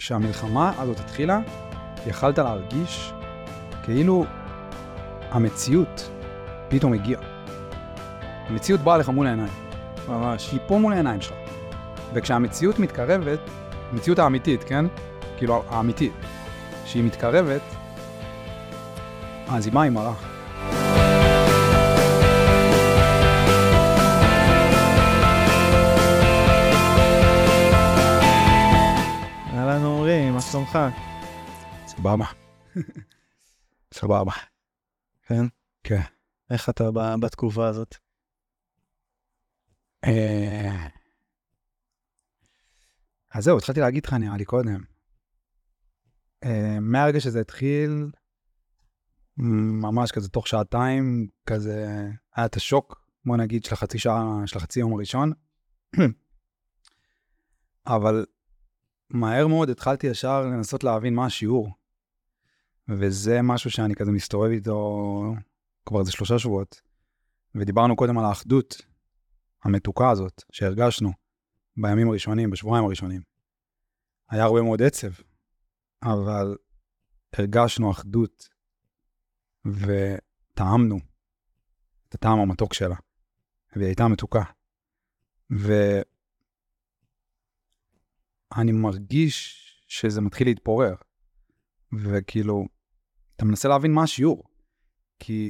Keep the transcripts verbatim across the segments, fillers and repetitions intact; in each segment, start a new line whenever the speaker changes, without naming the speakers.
כשהמלחמה הזאת התחילה, יכלת להרגיש כאילו המציאות פתאום הגיעה. המציאות באה לך מול העיניים. ממש. היא פה מול העיניים שלך. וכשהמציאות מתקרבת, המציאות האמיתית, כן? כאילו האמיתית, שהיא מתקרבת, אז היא באה עם מראה.
אהלן אורי, מה שלומך?
סבבה. סבבה.
כן?
כן.
איך אתה בתקופה הזאת?
אז זהו, התחלתי להגיד לך, נראה לי קודם. מהרגע שזה התחיל, ממש כזה תוך שעתיים, כזה היה את השוק, בוא נגיד, של החצי שעה, של החצי יום הראשון. אבל מהר מאוד התחלתי ישר לנסות להבין מה השיעור. וזה משהו שאני כזה מסתובב איתו כבר איזה שלושה שבועות. ודיברנו קודם על האחדות המתוקה הזאת שהרגשנו בימים הראשונים, בשבועיים הראשונים. היה הרבה מאוד עצב, אבל הרגשנו אחדות וטעמנו את הטעם המתוק שלה. והיא הייתה מתוקה. ואני מרגיש שזה מתחיל להתפורר. וכאילו, אתה מנסה להבין מה השיעור. כי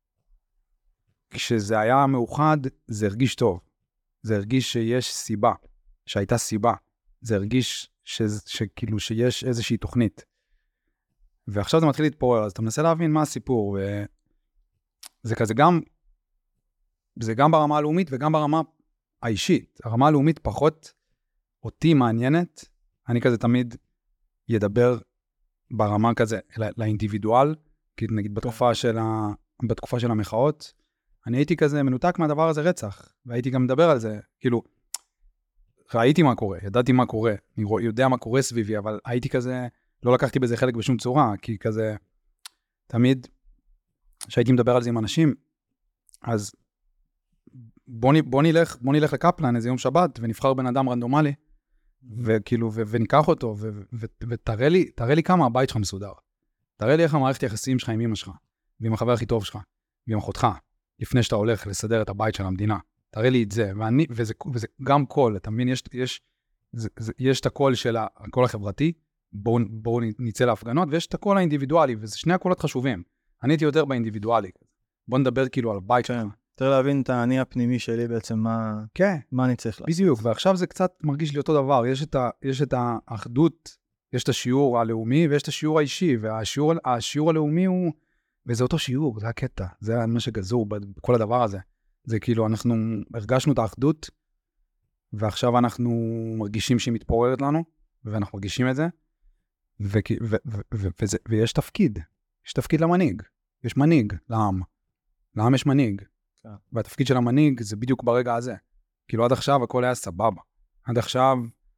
כשזה היה מאוחד, זה הרגיש טוב. זה הרגיש שיש סיבה, שהייתה סיבה. זה הרגיש ש... שכאילו שיש איזושהי תוכנית. ועכשיו זה מתחיל להתפורר, אז אתה מנסה להבין מה הסיפור. וזה כזה גם, זה גם ברמה הלאומית וגם ברמה האישית. הרמה הלאומית פחות אותי מעניינת. אני כזה תמיד ידבר ברמה כזה לאינדיבידואל, כי נגיד בתקופה של, ה... בתקופה של המחאות, אני הייתי כזה מנותק מהדבר הזה רצח, והייתי גם מדבר על זה, כאילו, ראיתי מה קורה, ידעתי מה קורה, אני יודע מה קורה סביבי, אבל הייתי כזה, לא לקחתי בזה חלק בשום צורה, כי כזה, תמיד, שהייתי מדבר על זה עם אנשים, אז בוא, בוא נלך, בוא נלך לקפלן איזה יום שבת, ונבחר בן אדם רנדומלי, וכאילו, ו- וניקח אותו, ו- ו- ותראה לי, תראה לי כמה הבית שלך מסודר. תראה לי איך המערכת יחסים שלך עם אמא שלך, ועם החבר הכי טוב שלך, ועם אחותך, לפני שאתה הולך לסדר את הבית של המדינה. תראה לי את זה, ואני, וזה, וזה גם קול, אתה מבין, יש, יש, זה, זה, יש את הקול של הקול החברתי, בואו, בואו ניצא להפגנות, ויש את הקול האינדיבידואלי, וזה שני הקולות חשובים. אני הייתי יותר באינדיבידואלי. בוא נדבר כאילו על הבית שלך.
יותר להבין את האני הפנימי שלי בעצם, מה,
כן.
מה אני צריך לעשות.
בדיוק, ועכשיו זה קצת מרגיש לי אותו דבר. יש את, ה, יש את האחדות, יש את השיעור הלאומי, ויש את השיעור האישי, והשיעור השיעור הלאומי הוא, וזה אותו שיעור, זה הקטע, זה מה שגזור בכל הדבר הזה. זה כאילו, אנחנו הרגשנו את האחדות, ועכשיו אנחנו מרגישים שהיא מתפוררת לנו, ואנחנו מרגישים את זה, ו- ו- ו- ו- וזה, ויש תפקיד, יש תפקיד למנהיג, יש מנהיג לעם, לעם יש מנהיג, כן. והתפקיד של המנהיג זה בדיוק ברגע הזה, כאילו עד עכשיו הכל היה סבבה, עד עכשיו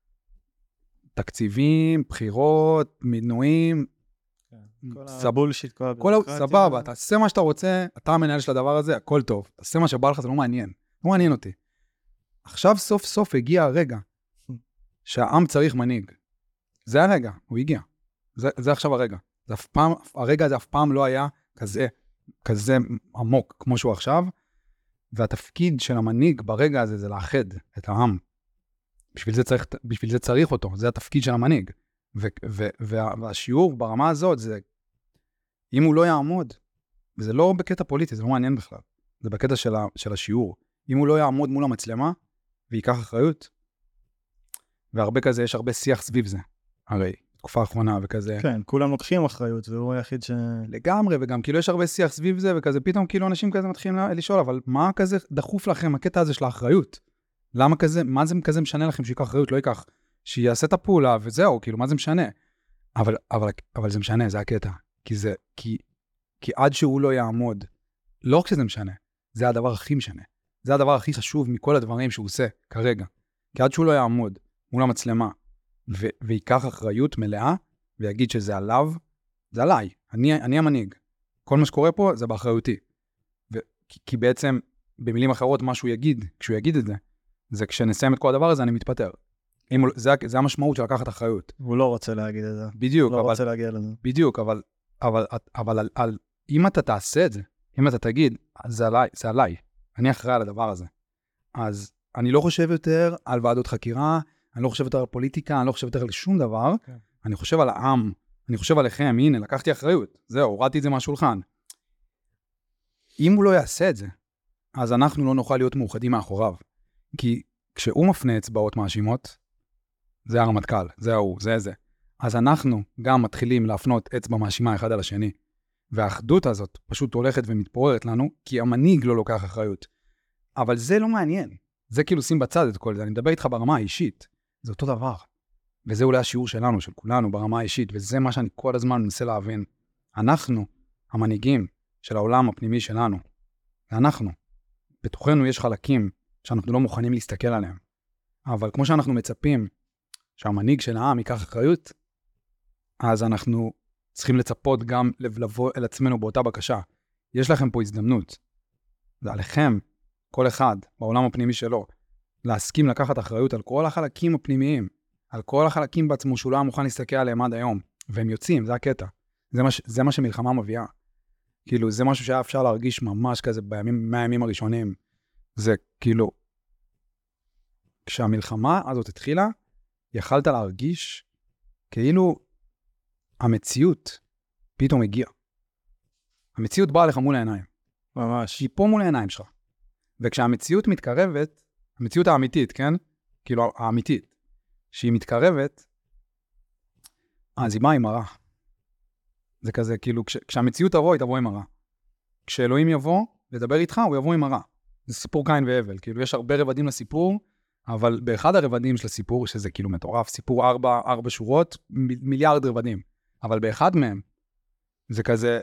תקציבים, בחירות, מינויים,
כל הבולשיט, כל
הבירוקרטיה. סבבה, תעשה מה שאתה רוצה, אתה המנהל של הדבר הזה, הכל טוב. תעשה מה שבא לך, זה לא מעניין. לא מעניין אותי. עכשיו סוף סוף הגיע הרגע שהעם צריך מנהיג. זה הרגע, הוא הגיע. זה, זה עכשיו הרגע. זה אף פעם, הרגע הזה אף פעם לא היה כזה, כזה עמוק כמו שהוא עכשיו, והתפקיד של המנהיג ברגע הזה זה לאחד את העם. בשביל זה צריך, בשביל זה צריך אותו. זה התפקיד של המנהיג. ו- ו- וה- והשיעור ברמה הזאת זה, אם הוא לא יעמוד, וזה לא בקטע פוליטי, זה לא מעניין בכלל, זה בקטע של, ה- של השיעור, אם הוא לא יעמוד מול המצלמה, ויקח אחריות, והרבה כזה, יש הרבה שיח סביב זה, הרי, תקופה האחרונה וכזה.
כן, כולם לוקחים אחריות, והוא היחיד ש...
לגמרי, וגם כאילו יש הרבה שיח סביב זה, וכזה פתאום כאילו אנשים כזה מתחילים לשאול, אבל מה כזה דחוף לכם, הקטע הזה של האחריות? למה כזה, מה זה כזה משנה לכם שיקח אחריות, לא ייקח? שיעשה את הפעולה וזהו, כאילו, מה זה משנה? אבל, אבל, אבל זה משנה, זה הקטע. כי זה, כי, כי עד שהוא לא יעמוד, לא רק שזה משנה, זה הדבר הכי משנה. זה הדבר הכי חשוב מכל הדברים שהוא עושה כרגע. כי עד שהוא לא יעמוד מול המצלמה, ו, ויקח אחריות מלאה, ויגיד שזה עליו, זה עליי. אני, אני המנהיג. כל מה שקורה פה זה באחריותי. ו, כי, כי בעצם, במילים אחרות, מה שהוא יגיד, כשהוא יגיד את זה, זה כשנסיים את כל הדבר הזה, אני מתפטר. אם, זה, זה המשמעות של לקחת אחריות.
הוא לא רוצה להגיד את זה.
בדיוק,
לא
אבל...
רוצה להגיע לזה.
בדיוק, אבל, אבל, אבל על, על, אם אתה תעשה את זה, אם אתה תגיד, זה עליי, זה עליי, אני אחראי על הדבר הזה. אז אני לא חושב יותר על ועדות חקירה, אני לא חושב יותר על פוליטיקה, אני לא חושב יותר על שום דבר, okay. אני חושב על העם, אני חושב עליכם, הנה, לקחתי אחריות, זהו, הורדתי את זה מהשולחן. אם הוא לא יעשה את זה, אז אנחנו לא נוכל להיות מאוחדים מאחוריו. כי כשהוא מפנה אצבעות מאשימות, זה הרמטכ"ל, זה הוא, זה זה. אז אנחנו גם מתחילים להפנות אצבע מאשימה אחד על השני. והאחדות הזאת פשוט הולכת ומתפוררת לנו, כי המנהיג לא לוקח אחריות. אבל זה לא מעניין. זה כאילו שים בצד את כל זה. אני מדבר איתך ברמה האישית. זה אותו דבר. וזה אולי השיעור שלנו, של כולנו, ברמה האישית. וזה מה שאני כל הזמן מנסה להבין. אנחנו, המנהיגים של העולם הפנימי שלנו, ואנחנו, בתוכנו יש חלקים שאנחנו לא מוכנים להסתכל עליהם. אבל כמו שאנחנו מצפים שהמנהיג של העם ייקח אחריות, אז אנחנו צריכים לצפות גם לבוא אל עצמנו באותה בקשה. יש לכם פה הזדמנות. זה עליכם, כל אחד, בעולם הפנימי שלו, להסכים לקחת אחריות על כל החלקים הפנימיים, על כל החלקים בעצמו שהוא לא היה מוכן להסתכל עליהם עד היום, והם יוצאים, זה הקטע. זה מה, זה מה שמלחמה מביאה. כאילו, זה משהו שהיה אפשר להרגיש ממש כזה בימים, מהימים הראשונים. זה כאילו, כשהמלחמה הזאת התחילה, יכלת להרגיש כאילו המציאות פתאום הגיעה. המציאות באה לך מול העיניים.
ממש.
היא פה מול העיניים שלך. וכשהמציאות מתקרבת, המציאות האמיתית, כן? כאילו האמיתית, שהיא מתקרבת, אז היא באה עם מראה. זה כזה, כאילו, כש, כשהמציאות תבוא, היא תבוא עם מראה. כשאלוהים יבוא לדבר איתך, הוא יבוא עם מראה. זה סיפור קין והבל. כאילו, יש הרבה רבדים לסיפור, אבל באחד הרבדים של הסיפור, שזה כאילו מטורף, סיפור ארבע, ארבע שורות, מ- מיליארד רבדים. אבל באחד מהם, זה כזה,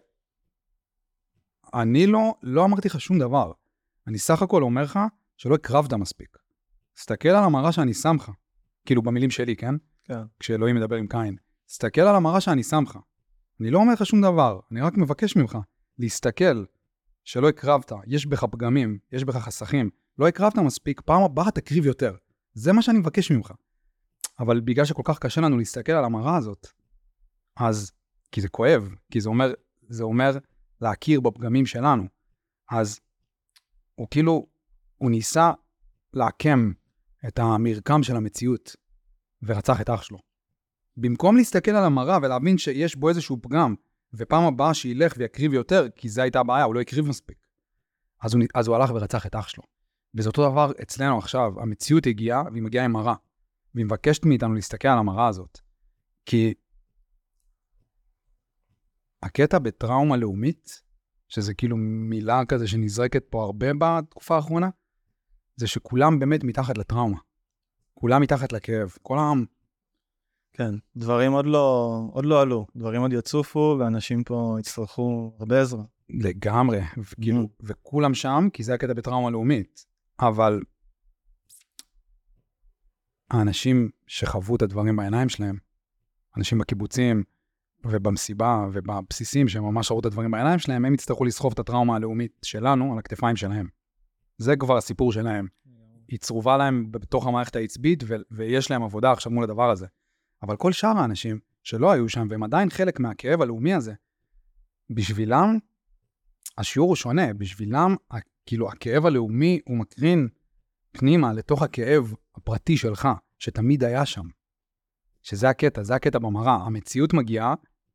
אני לא, לא אמרתי לך שום דבר. אני סך הכל אומר לך שלא הקרבת מספיק. תסתכל על המראה שאני שם לך. כאילו במילים שלי, כן?
כן.
כשאלוהים מדבר עם קין. תסתכל על המראה שאני שם לך. אני לא אומר לך שום דבר. אני רק מבקש ממך להסתכל שלא הקרבת. יש בך פגמים, יש בך חסכים. לא הקרבת מספיק, פעם הבאה תקריב יותר. זה מה שאני מבקש ממך. אבל בגלל שכל כך קשה לנו להסתכל על המראה הזאת, אז, כי זה כואב, כי זה אומר, זה אומר להכיר בפגמים שלנו. אז הוא כאילו, הוא ניסה להקם את המרקם של המציאות, ורצח את אח שלו. במקום להסתכל על המראה ולהבין שיש בו איזשהו פגם, ופעם הבאה שילך ויקריב יותר, כי זו הייתה הבעיה, הוא לא יקריב מספיק. אז הוא, אז הוא הלך ורצח את אח שלו. וזה אותו דבר אצלנו עכשיו, המציאות הגיעה, והיא מגיעה עם מראה. והיא מבקשת מאיתנו להסתכל על המראה הזאת. כי הקטע בטראומה לאומית, שזה כאילו מילה כזה שנזרקת פה הרבה בתקופה האחרונה, זה שכולם באמת מתחת לטראומה. כולם מתחת לכאב. כל העם.
כן, דברים עוד לא, עוד לא עלו. דברים עוד יצופו, ואנשים פה יצטרכו הרבה עזרה.
לגמרי. וכאילו, mm. וכולם שם, כי זה הקטע בטראומה לאומית. אבל האנשים שחוו את הדברים בעיניים שלהם, אנשים בקיבוצים ובמסיבה ובבסיסים שממש ראו את הדברים בעיניים שלהם, הם יצטרכו לסחוב את הטראומה הלאומית שלנו על הכתפיים שלהם. זה כבר הסיפור שלהם. היא צרובה להם בתוך המערכת העצבית, ו- ויש להם עבודה עכשיו מול הדבר הזה. אבל כל שאר האנשים שלא היו שם, והם עדיין חלק מהכאב הלאומי הזה, בשבילם, השיעור הוא שונה, בשבילם, כאילו, הכאב הלאומי הוא מקרין פנימה לתוך הכאב הפרטי שלך, שתמיד היה שם. שזה הקטע, זה הקטע במראה. המציאות מגיעה,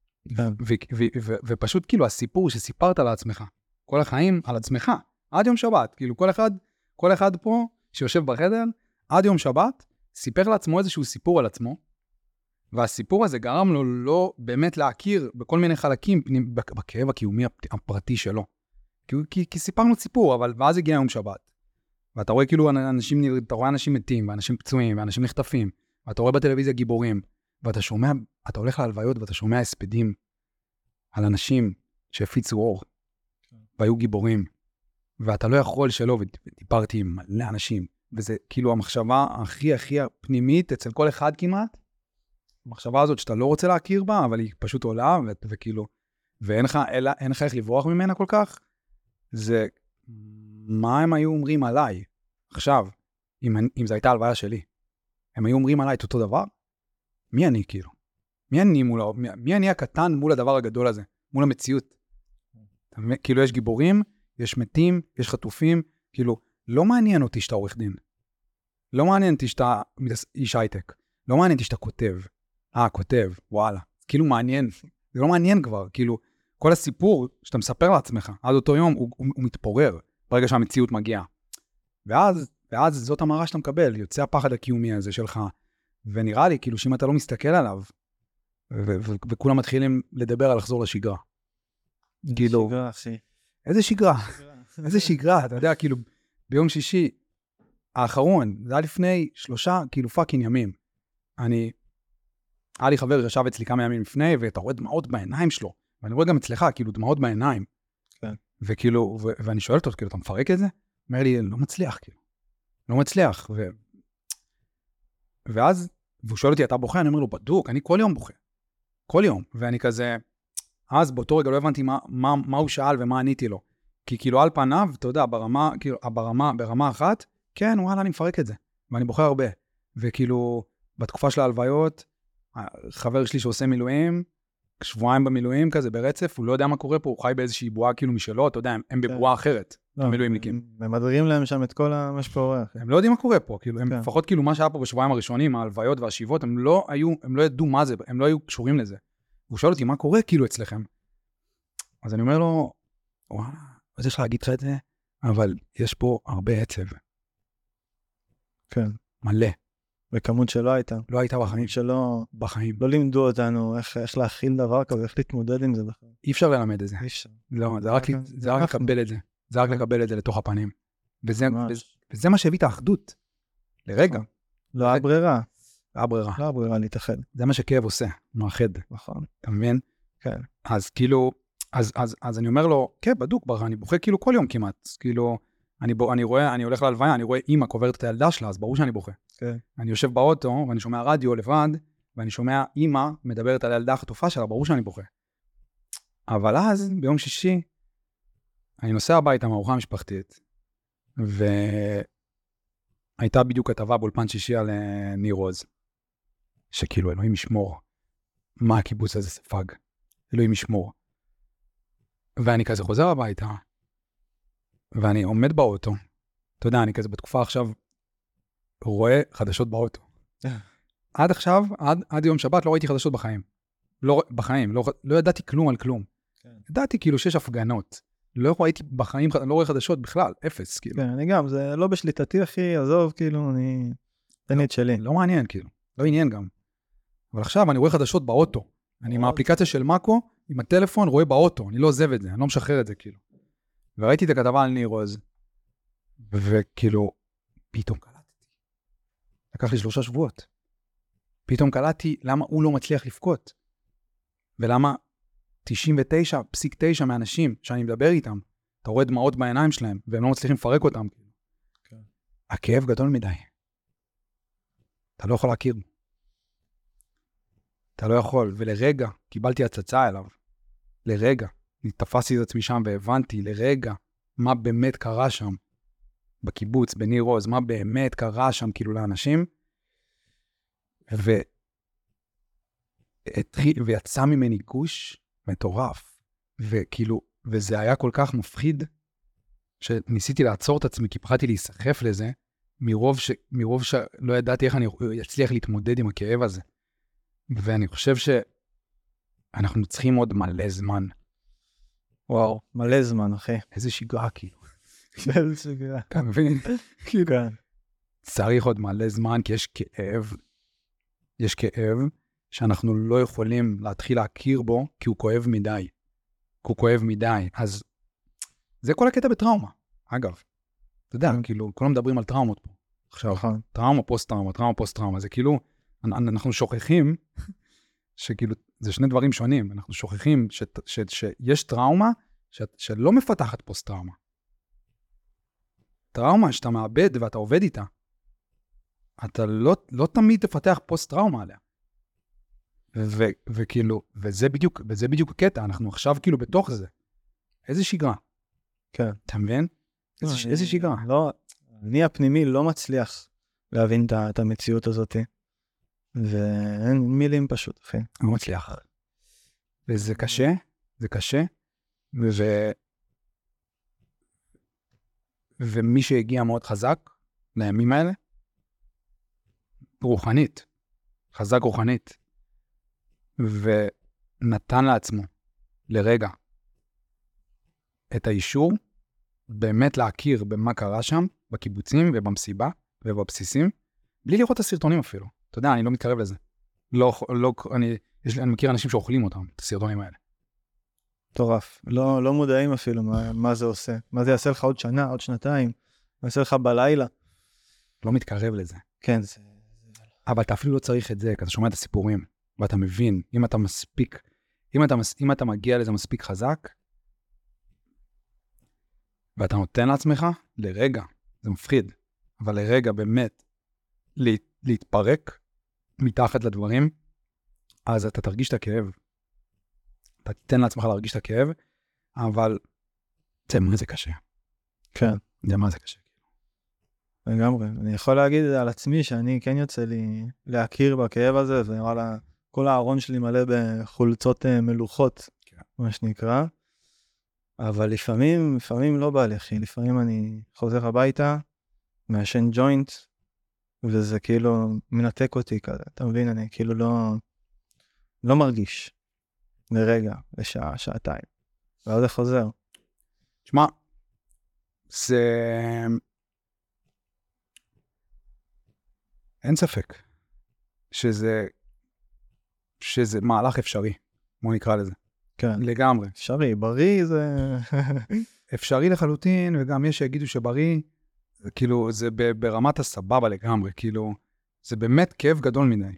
ופשוט כאילו הסיפור שסיפרת לעצמך, כל החיים על עצמך, עד יום שבת, כאילו כל אחד, כל אחד פה שיושב בחדר, עד יום שבת, סיפר לעצמו איזשהו סיפור על עצמו, והסיפור הזה גרם לו לא באמת להכיר בכל מיני חלקים בכאב הקיומי הפרטי שלו. כי, כי, כי סיפרנו סיפור, אבל ואז הגיע יום שבת. ואתה רואה כאילו אנשים, אתה רואה אנשים מתים, ואנשים פצועים, ואנשים נחטפים, ואתה רואה בטלוויזיה גיבורים, ואתה שומע, אתה הולך להלוויות ואתה שומע הספדים על אנשים שהפיצו אור, והיו גיבורים, ואתה לא יכול שלא, ודיברתי עם מלא אנשים, וזה כאילו המחשבה הכי הכי פנימית אצל כל אחד כמעט, המחשבה הזאת שאתה לא רוצה להכיר בה, אבל היא פשוט עולה, ו- וכאילו, ואין לך, אלא, אין לך איך לברוח ממנה כל כך, זה מה הם היו אומרים עליי עכשיו, אם, אם זו הייתה הלוויה שלי. הם היו אומרים עליי את אותו דבר? מי אני כאילו? מי אני מול, מי, מי אני הקטן מול הדבר הגדול הזה? מול המציאות. כאילו יש גיבורים, יש מתים, יש חטופים, כאילו לא מעניין אותי שאתה עורך דין. לא מעניין אותי שאתה איש הייטק. לא מעניין אותי שאתה כותב. אה, כותב, וואלה. כאילו מעניין. זה לא מעניין כבר, כאילו כל הסיפור שאתה מספר לעצמך, עד אותו יום הוא, הוא, הוא מתפורר ברגע שהמציאות מגיעה. ואז, ואז זאת המראה שאתה מקבל, יוצא הפחד הקיומי הזה שלך, ונראה לי כאילו שאם אתה לא מסתכל עליו, ו- ו- וכולם מתחילים לדבר על לחזור לשגרה. כאילו,
שגרה, אחי.
איזה שגרה? איזה שגרה? אתה יודע, כאילו, ביום שישי האחרון, זה היה לפני שלושה, כאילו פאקינג ימים. אני, היה לי חבר שישב אצלי כמה ימים לפני, ואתה רואה דמעות בעיניים שלו, ואני רואה גם אצלך, כאילו, דמעות בעיניים.
כן.
וכאילו, ו- ואני שואל אותו, כאילו, אתה מפרק את זה? אומר לי, לא מצליח, כאילו. לא מצליח. ו... ואז, והוא שואל אותי, אתה בוכה? אני אומר לו, בדוק, אני כל יום בוכה. כל יום. ואני כזה, אז באותו רגע לא הבנתי מה, מה, מה הוא שאל ומה עניתי לו. כי כאילו על פניו, אתה יודע, ברמה, כאילו, ברמה, ברמה אחת, כן, וואלה, אני מפרק את זה. ואני בוכה הרבה. וכאילו, בתקופה של ההלוויות, חבר שלי שעושה מילואים, שבועיים במילואים כזה ברצף, הוא לא יודע מה קורה פה, הוא חי באיזושהי בועה כאילו משלו, אתה יודע, הם, הם בבועה אחרת, המילואימניקים.
הם מדרירים להם שם את כל מה שקורה.
הם לא יודעים מה קורה פה, כאילו, הם לפחות כאילו מה שהיה פה בשבועיים הראשונים, ההלוויות והשיבות, הם לא היו, הם לא ידעו מה זה, הם לא היו קשורים לזה. והוא שואל אותי, מה קורה כאילו אצלכם? אז אני אומר לו, וואלה, אז יש לך להגיד לך את זה, אבל יש פה הרבה עצב.
כן.
מלא.
וכמות שלא הייתה.
לא הייתה בחיים.
שלא,
בחיים.
לא לימדו אותנו איך, איך להכיל דבר כזה, איך להתמודד עם זה בכלל.
אי אפשר ללמד את זה.
אי אפשר.
לא, זה רק, זה רק לקבל את זה. זה רק לקבל את זה לתוך הפנים. וזה, וזה, וזה מה שהביא את האחדות. לרגע.
לא היה ברירה.
לא היה ברירה.
לא היה ברירה להתאחד.
זה מה שכאב עושה, מאחד.
נכון.
אתה מבין?
כן.
אז כאילו, אז, אז, אז אני אומר לו, כן, בדוק, ברכה, אני בוכה כאילו כל יום כמעט. כאילו, אני, בוא, אני רואה, אני הולך להלוויה, אני רואה אמא קוברת את הילדה שלה, אז ברור שאני בוכה.
כן.
אני יושב באוטו, ואני שומע רדיו לבד, ואני שומע אמא מדברת על הילדה החטופה שלה, ברור שאני בוכה. אבל אז, ביום שישי, אני נוסע הביתה מארוחה המשפחתית, והייתה בדיוק כתבה באולפן שישי על ניר עוז, שכאילו, אלוהים ישמור, מה הקיבוץ הזה ספג? אלוהים ישמור. ואני כזה חוזר הביתה, ואני עומד באוטו, אתה יודע, אני כזה בתקופה עכשיו, רואה חדשות באוטו. עד עכשיו, עד, עד יום שבת, לא ראיתי חדשות בחיים. לא, בחיים, לא, לא ידעתי כלום על כלום. כן. ידעתי כאילו שיש הפגנות. לא ראיתי בחיים, לא רואה חדשות בכלל, אפס, כאילו.
כן, אני גם, זה לא בשליטתי, אחי, עזוב, כאילו, אני... תן לי את שלי.
לא מעניין, כאילו. לא עניין גם. אבל עכשיו אני רואה חדשות באוטו. אני עם האפליקציה של מקו, עם הטלפון, רואה באוטו. אני לא עוזב את זה, אני לא משחרר את זה, כאילו. וראיתי את הכתבה על ניר עוז, וכאילו, פתאום קלטתי. לקח לי שלושה שבועות. פתאום קלטתי למה הוא לא מצליח לפקוט. ולמה תשעים ותשע נקודה תשע מהאנשים שאני מדבר איתם, אתה רואה דמעות בעיניים שלהם, והם לא מצליחים לפרק אותם. Okay. הכאב גדול מדי. אתה לא יכול להכיר. אתה לא יכול. ולרגע קיבלתי הצצה אליו. לרגע. תפסתי את עצמי שם והבנתי לרגע מה באמת קרה שם. בקיבוץ, בניר עוז, מה באמת קרה שם כאילו לאנשים. ו... ויצא ממני גוש מטורף, וכאילו, וזה היה כל כך מפחיד, שניסיתי לעצור את עצמי, כי פחדתי להיסחף לזה, מרוב, ש... מרוב שלא ידעתי איך אני אצליח להתמודד עם הכאב הזה. ואני חושב שאנחנו צריכים עוד מלא זמן.
וואו, מלא זמן, אחי.
איזה שגרה, כאילו.
איזה שגרה.
אתה מבין?
כאילו.
צריך עוד מלא זמן, כי יש כאב, יש כאב, שאנחנו לא יכולים להתחיל להכיר בו, כי הוא כואב מדי. כי הוא כואב מדי. אז זה כל הקטע בטראומה. אגב, אתה יודע, כאילו, כולם מדברים על טראומות פה. עכשיו, טראומה, פוסט-טראומה, טראומה, פוסט-טראומה. זה כאילו, אנחנו שוכחים, שכאילו, זה שני דברים שונים. אנחנו שוכחים ש, ש, שיש טראומה ש, שלא מפתחת פוסט-טראומה. טראומה שאתה מאבד ואתה עובד איתה, אתה לא, לא תמיד תפתח פוסט-טראומה עליה. ו- וכאילו, וזה בדיוק, וזה בדיוק הקטע, אנחנו עכשיו כאילו בתוך זה. איזה שגרה.
כן.
אתה מבין? איזה,
אני,
איזה שגרה.
לא, אני הפנימי לא מצליח להבין את המציאות הזאת. ואין מילים פשוט, אחי.
לא מצליח. וזה קשה, זה קשה, ו... ומי שהגיע מאוד חזק לימים האלה, רוחנית, חזק רוחנית, ונתן לעצמו לרגע את האישור, באמת להכיר במה קרה שם, בקיבוצים ובמסיבה ובבסיסים, בלי לראות את הסרטונים אפילו. אתה יודע, אני לא מתקרב לזה. לא, לא, אני, יש, אני מכיר אנשים שאוכלים אותם, את הסרטונים האלה.
מטורף. לא, לא מודעים אפילו מה, מה זה עושה. מה זה יעשה לך עוד שנה, עוד שנתיים. מה יעשה לך בלילה.
לא מתקרב לזה.
כן, זה...
אבל אתה אפילו לא צריך את זה, כי אתה שומע את הסיפורים, ואתה מבין, אם אתה מספיק, אם אתה, אם אתה מגיע לזה מספיק חזק, ואתה נותן לעצמך, לרגע, זה מפחיד, אבל לרגע באמת, לה, להתפרק מתחת לדברים, אז אתה תרגיש את הכאב. אתה תיתן לעצמך להרגיש את הכאב, אבל זה מה זה קשה.
כן.
זה מה זה קשה.
לגמרי. אני יכול להגיד על עצמי שאני כן יוצא לי להכיר בכאב הזה, ווואלה, כל הארון שלי מלא בחולצות מלוכות, כן. מה שנקרא. אבל לפעמים, לפעמים לא בא לי, אחי. לפעמים אני חוזר הביתה, מעשן ג'וינט, וזה כאילו מנתק אותי כזה. אתה מבין? אני כאילו לא, לא מרגיש לרגע, לשעה, שעתיים. ואז זה חוזר.
תשמע, זה... אין ספק שזה, שזה מהלך אפשרי. בוא נקרא לזה.
כן.
לגמרי.
אפשרי, בריא זה...
אפשרי לחלוטין, וגם יש שיגידו שבריא, כאילו, זה ברמת הסבבה לגמרי, כאילו, זה באמת כאב גדול מדי.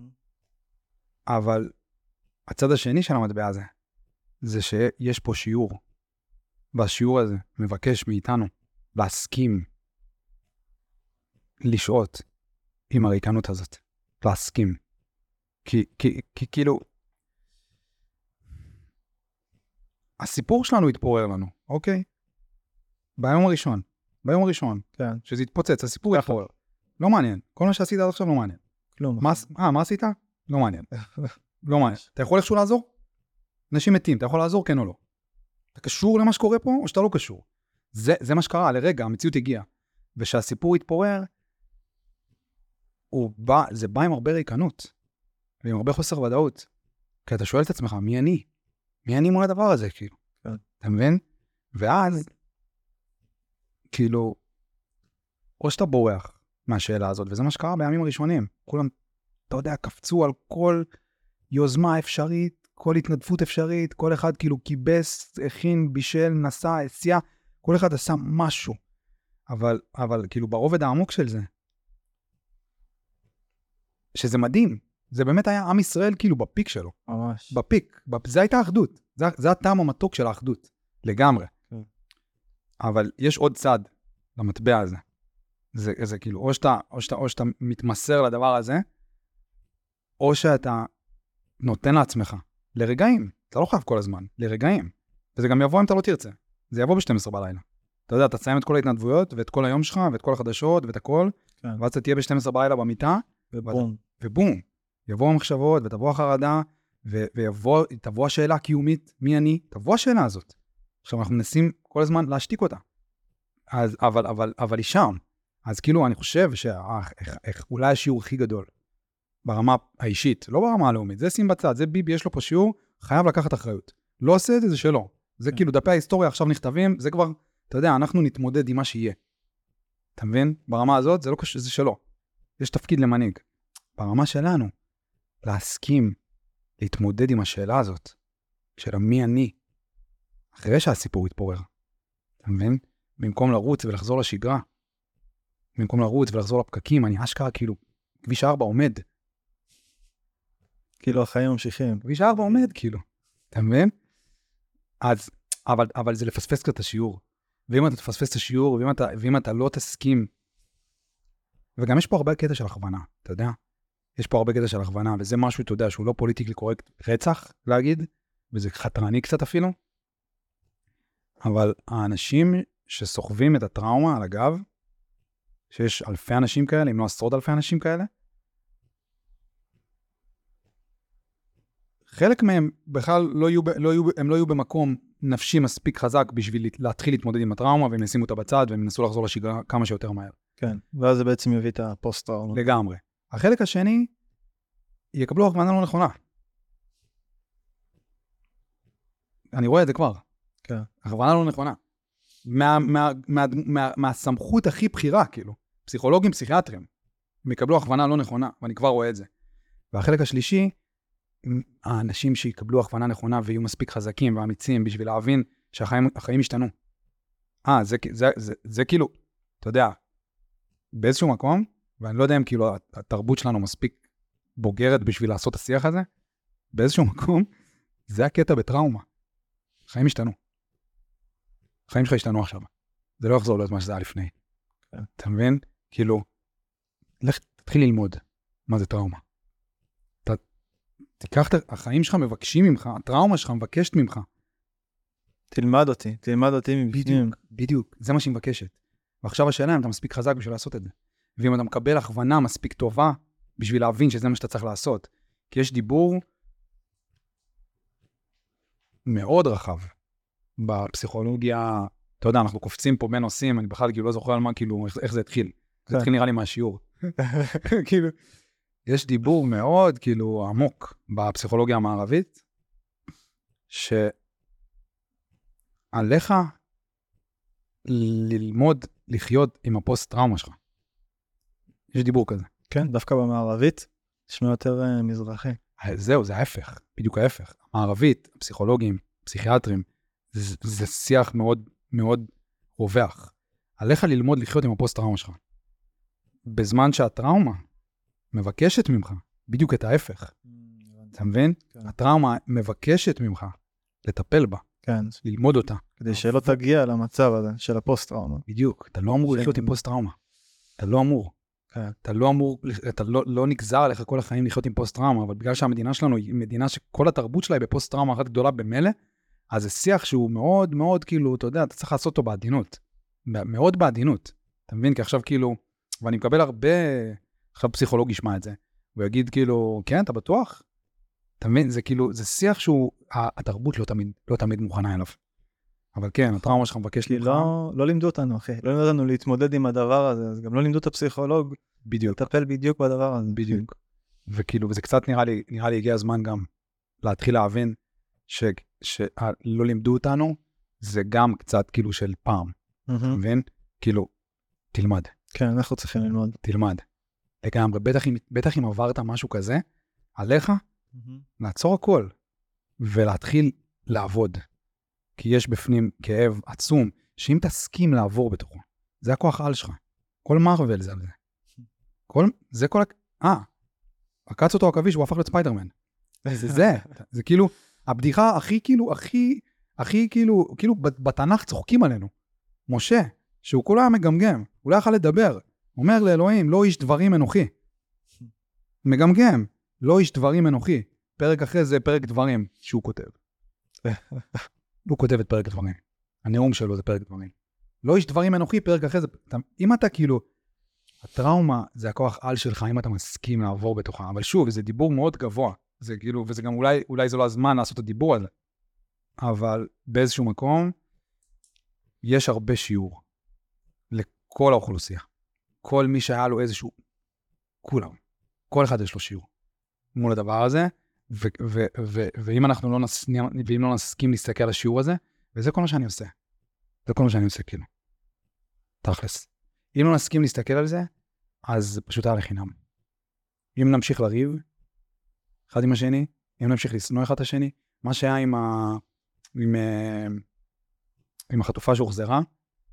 אבל הצד השני של המטבע הזה, זה שיש פה שיעור, והשיעור הזה מבקש מאיתנו להסכים, לשעות עם הריקנות הזאת, להסכים. כי, כי, כי כאילו, הסיפור שלנו התפורר לנו, אוקיי? ביום הראשון, ביום הראשון,
כן.
שזה התפוצץ, הסיפור התפורר. לא מעניין. כל מה שעשית עד עכשיו לא מעניין.
כלום.
מה, אה, מה עשית? לא מעניין. לא מעניין. אתה יכול איכשהו לעזור? אנשים מתים, אתה יכול לעזור כן או לא? אתה קשור למה שקורה פה או שאתה לא קשור? זה, זה מה שקרה, לרגע, המציאות הגיעה. ושהסיפור התפורר, הוא בא, זה בא עם הרבה ריקנות, ועם הרבה חוסר ודאות. כי אתה שואל את עצמך, מי אני? מי אני מול הדבר הזה, כאילו?
כן.
אתה מבין? ואז, כאילו, או שאתה בורח מהשאלה הזאת, וזה מה שקרה בימים הראשונים. כולם, אתה יודע, קפצו על כל יוזמה אפשרית, כל התנדפות אפשרית, כל אחד כאילו קיבס, הכין, בישל, נסע, הסיע, כל אחד עשה משהו. אבל, אבל כאילו ברובד העמוק של זה, שזה מדהים. זה באמת היה עם ישראל כאילו בפיק שלו.
ממש.
בפיק. בפ... זה הייתה האחדות. זה, זה הטעם המתוק של האחדות. לגמרי.
כן.
אבל יש עוד צד למטבע הזה. זה, זה כאילו, או שאתה, או שאתה, או שאתה מתמסר לדבר הזה, או שאתה נותן לעצמך. לרגעים. אתה לא חייב כל הזמן. לרגעים. וזה גם יבוא אם אתה לא תרצה. זה יבוא ב-שתים עשרה בלילה. אתה יודע, אתה תסיים את כל ההתנדבויות, ואת כל היום שלך, ואת כל החדשות, ואת הכל, כן. ואז אתה תהיה ב-שתים עשרה בלילה במיטה,
ובום.
ובום. יבוא המחשבות, ותבוא החרדה, ו- ויבוא, תבוא השאלה הקיומית, מי אני? תבוא השאלה הזאת. עכשיו אנחנו מנסים כל הזמן להשתיק אותה. אז, אבל, אבל, אבל היא שם. אז כאילו, אני חושב שאולי השיעור הכי גדול, ברמה האישית, לא ברמה הלאומית, זה שים בצד, זה ביבי, יש לו פה שיעור, חייב לקחת אחריות. לא עושה את זה, זה שלו. זה כאילו, דפי ההיסטוריה עכשיו נכתבים, זה כבר, אתה יודע, אנחנו נתמודד עם מה שיהיה. אתה מבין? ברמה הזאת, זה לא קשור, זה שלו. יש תפקיד למנהיג. ברמה שלנו, להסכים, להתמודד עם השאלה הזאת, של מי אני, אחרי שהסיפור יתפורר. אתה מבין? במקום לרוץ ולחזור לשגרה, במקום לרוץ ולחזור לפקקים, אני אשכרה כאילו, כביש ארבע עומד.
כאילו החיים ממשיכים.
כביש ארבע עומד, כאילו. אתה מבין? אז, אבל, אבל זה לפספס קצת את השיעור. ואם אתה תפספס את השיעור, ואם אתה, ואם אתה לא תסכים, וגם יש פה הרבה קטע של הכוונה, אתה יודע? יש פה הרבה קטע של הכוונה, וזה משהו, אתה יודע, שהוא לא פוליטיקלי קורקט רצח, להגיד, וזה חתרני קצת אפילו. אבל האנשים שסוחבים את הטראומה על הגב, שיש אלפי אנשים כאלה, אם לא עשרות אלפי אנשים כאלה, חלק מהם בכלל לא יהיו, לא יהיו, הם לא יהיו במקום נפשי מספיק חזק בשביל להתחיל להתמודד עם הטראומה, והם ישימו אותה בצד, והם ינסו לחזור לשגרה כמה שיותר מהר.
כן, ואז זה בעצם יביא את הפוסט-טראומה.
לגמרי. החלק השני, יקבלו הכוונה לא נכונה. אני רואה את זה כבר.
כן.
הכוונה לא נכונה. מה, מה, מה, מה, מהסמכות הכי בחירה, כאילו. פסיכולוגים, פסיכיאטרים, הם יקבלו הכוונה לא נכונה, ואני כבר רואה את זה. והחלק השלישי, האנשים שיקבלו הכוונה נכונה ויהיו מספיק חזקים ואמיצים בשביל להבין שהחיים החיים ישתנו. אה, זה, זה, זה, זה, זה כאילו, אתה יודע, באיזשהו מקום, ואני לא יודע אם כאילו התרבות שלנו מספיק בוגרת בשביל לעשות את השיח הזה, באיזשהו מקום, זה הקטע בטראומה. החיים ישתנו. החיים שלך ישתנו עכשיו. זה לא יחזור להיות מה שזה היה לפני. אתה מבין? כאילו, לך תתחיל ללמוד מה זה טראומה. אתה תיקח את החיים שלך מבקשים ממך, הטראומה שלך מבקשת ממך.
תלמד אותי, תלמד אותי מבפנים.
בדיוק, בדיוק, זה מה שהיא מבקשת. ועכשיו השאלה אם אתה מספיק חזק בשביל לעשות את זה. ואם אתה מקבל הכוונה מספיק טובה, בשביל להבין שזה מה שאתה צריך לעשות. כי יש דיבור מאוד רחב בפסיכולוגיה. אתה יודע, אנחנו קופצים פה בין נושאים, אני בכלל כאילו לא זוכר על מה, כאילו, איך, איך זה התחיל. זה התחיל נראה לי מהשיעור. כאילו, יש דיבור מאוד, כאילו, עמוק בפסיכולוגיה המערבית, שעליך ללמוד לחיות עם הפוסט-טראומה שלך. יש דיבור כזה.
כן, דווקא במערבית, נשמע יותר uh, מזרחי.
זהו, זה ההפך, בדיוק ההפך. המערבית, הפסיכולוגים, פסיכיאטרים, זה, זה שיח מאוד, מאוד רווח. עליך ללמוד לחיות עם הפוסט-טראומה שלך. בזמן שהטראומה מבקשת ממך, בדיוק את ההפך. אתה מבין?
כן.
הטראומה מבקשת ממך לטפל בה.
כן.
ללמוד אותה.
כדי שלא תגיע למצב הזה של הפוסט-טראומה.
בדיוק. אתה לא אמור לחיות עם פוסט-טראומה. אתה לא אמור.
כן.
אתה לא אמור, אתה לא, לא נגזר עליך כל החיים לחיות עם פוסט-טראומה, אבל בגלל שהמדינה שלנו היא מדינה שכל התרבות שלה היא בפוסט-טראומה אחת גדולה במלא, אז זה שיח שהוא מאוד מאוד כאילו, אתה יודע, אתה צריך לעשות אותו בעדינות. מאוד בעדינות. אתה מבין? כי עכשיו כאילו, ואני מקבל הרבה, עכשיו פסיכולוג ישמע את זה, הוא יגיד כאילו, כן, אתה בטוח? אתה מבין? זה כאילו, זה שיח שהוא, התרבות לא תמיד, לא תמיד מוכנה אליו. אבל כן, הטראומה שלך מבקש
כי
לך.
לא, לא לימדו אותנו, אחי. לא לימדו אותנו להתמודד עם הדבר הזה, אז גם לא לימדו את הפסיכולוג.
בדיוק.
לטפל בדיוק בדבר הזה.
בדיוק. וכאילו, וזה קצת נראה לי, נראה לי הגיע הזמן גם להתחיל להבין ש, שלא לימדו אותנו, זה גם קצת כאילו של פעם. אתה מבין? כאילו, תלמד.
כן, אנחנו צריכים ללמוד.
תלמד. לגמרי, בטח אם, בטח אם עברת משהו כזה, עליך, לעצור הכל, ולהתחיל לעבוד. כי יש בפנים כאב עצום, שאם תסכים לעבור בתוכו, זה הכוח על שלך. כל מרוול זה על זה. כל, זה כל, אה, עקץ אותו עכביש, הוא הפך להיות ספיידרמן. זה זה, זה כאילו, הבדיחה הכי כאילו, הכי, הכי כאילו, כאילו בתנ"ך צוחקים עלינו. משה, שהוא כולו היה מגמגם, הוא לא יכל לדבר, אומר לאלוהים, לא איש דברים אנוכי. מגמגם, לא איש דברים אנוכי. פרק אחרי זה פרק דברים שהוא כותב. הוא כותב את פרק דברים. הנאום שלו זה פרק דברים. לא איש דברים אנוכי, פרק אחרי זה. אם אתה כאילו, הטראומה זה הכוח על שלך, אם אתה מסכים לעבור בתוכה. אבל שוב, זה דיבור מאוד גבוה. זה כאילו, וזה גם אולי, אולי זה לא הזמן לעשות את הדיבור הזה. אבל באיזשהו מקום, יש הרבה שיעור. לכל האוכלוסייה. כל מי שהיה לו איזשהו, כולם. כל אחד יש לו שיעור. מול הדבר הזה, ו- ו- ו- ואם אנחנו לא נסכים, ואם לא נסכים להסתכל על השיעור הזה, וזה כל מה שאני עושה. זה כל מה שאני עושה, כאילו. תכלס. אם לא נסכים להסתכל על זה, אז זה פשוט היה לחינם. אם נמשיך לריב, אחד עם השני, אם נמשיך לסנוע אחד את השני, מה שהיה עם, ה... עם, עם החטופה שהוחזרה,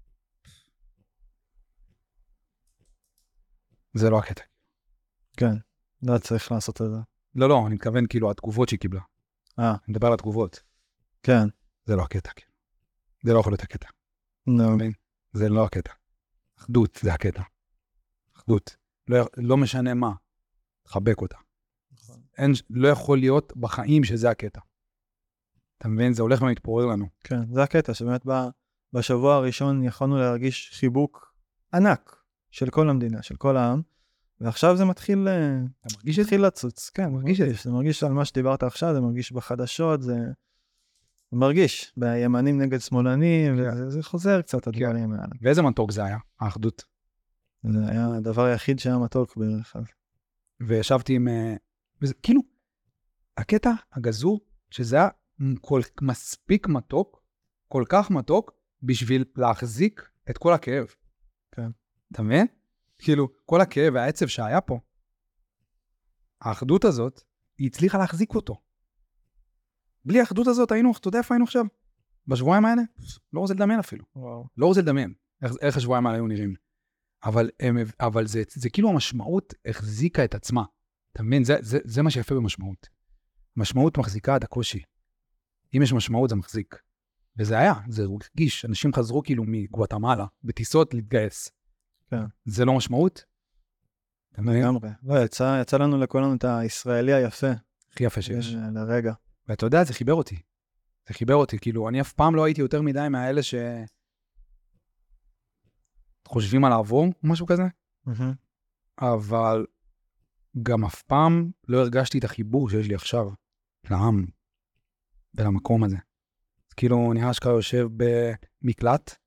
זה לא הקטע.
כן, לא צריך לעשות את זה.
לא, לא, אני מתכוון כאילו התגובות שהיא קיבלה.
אה.
אני מדבר על התגובות.
כן.
זה לא הקטע, כאילו. זה לא יכול להיות הקטע.
נו.
זה לא הקטע. אחדות זה הקטע. אחדות. לא, לא משנה מה. חבק אותה. אין, לא יכול להיות בחיים שזה הקטע. אתה מבין? זה הולך ומתפורר לנו.
כן, זה הקטע, שבאמת בשבוע הראשון יכולנו להרגיש חיבוק ענק. של כל המדינה, של כל העם, ועכשיו זה מתחיל,
אתה מרגיש את
מתחיל לצוץ, כן,
מרגיש את זה.
זה מרגיש על מה שדיברת עכשיו, זה מרגיש בחדשות, זה מרגיש, בימנים נגד שמאלנים, וזה חוזר קצת הדברים האלה.
ואיזה מתוק זה היה, האחדות?
זה היה הדבר היחיד שהיה מתוק בערך אז.
וישבתי עם, וזה, כאילו, הקטע הגזור, שזה היה כל, מספיק מתוק, כל כך מתוק, בשביל להחזיק את כל הכאב.
כן.
אתה מבין? כאילו, כל הכאב והעצב שהיה פה, האחדות הזאת, היא הצליחה להחזיק אותו. בלי האחדות הזאת היינו, אתה יודע איפה היינו עכשיו? בשבועיים האלה? לא רוצה לדמיין אפילו.
וואו.
לא רוצה לדמיין איך, איך השבועיים האלה היו נראים. אבל, הם, אבל זה, זה כאילו המשמעות החזיקה את עצמה. אתה מבין? זה, זה, זה מה שיפה במשמעות. משמעות מחזיקה עד הקושי. אם יש משמעות זה מחזיק. וזה היה, זה הרגיש. אנשים חזרו כאילו מגואטמלה, בטיסות להתגייס.
כן.
זה לא משמעות? אתה מבין?
לגמרי. לא, יצא, יצא לנו לכולנו את הישראלי היפה.
הכי יפה שיש.
לרגע.
ואתה יודע, זה חיבר אותי. זה חיבר אותי. כאילו, אני אף פעם לא הייתי יותר מדי מהאלה ש... חושבים על לעבור, משהו כזה.
Mm-hmm.
אבל גם אף פעם לא הרגשתי את החיבור שיש לי עכשיו, לעם, ולמקום הזה. אז כאילו, נראה שכר יושב במקלט,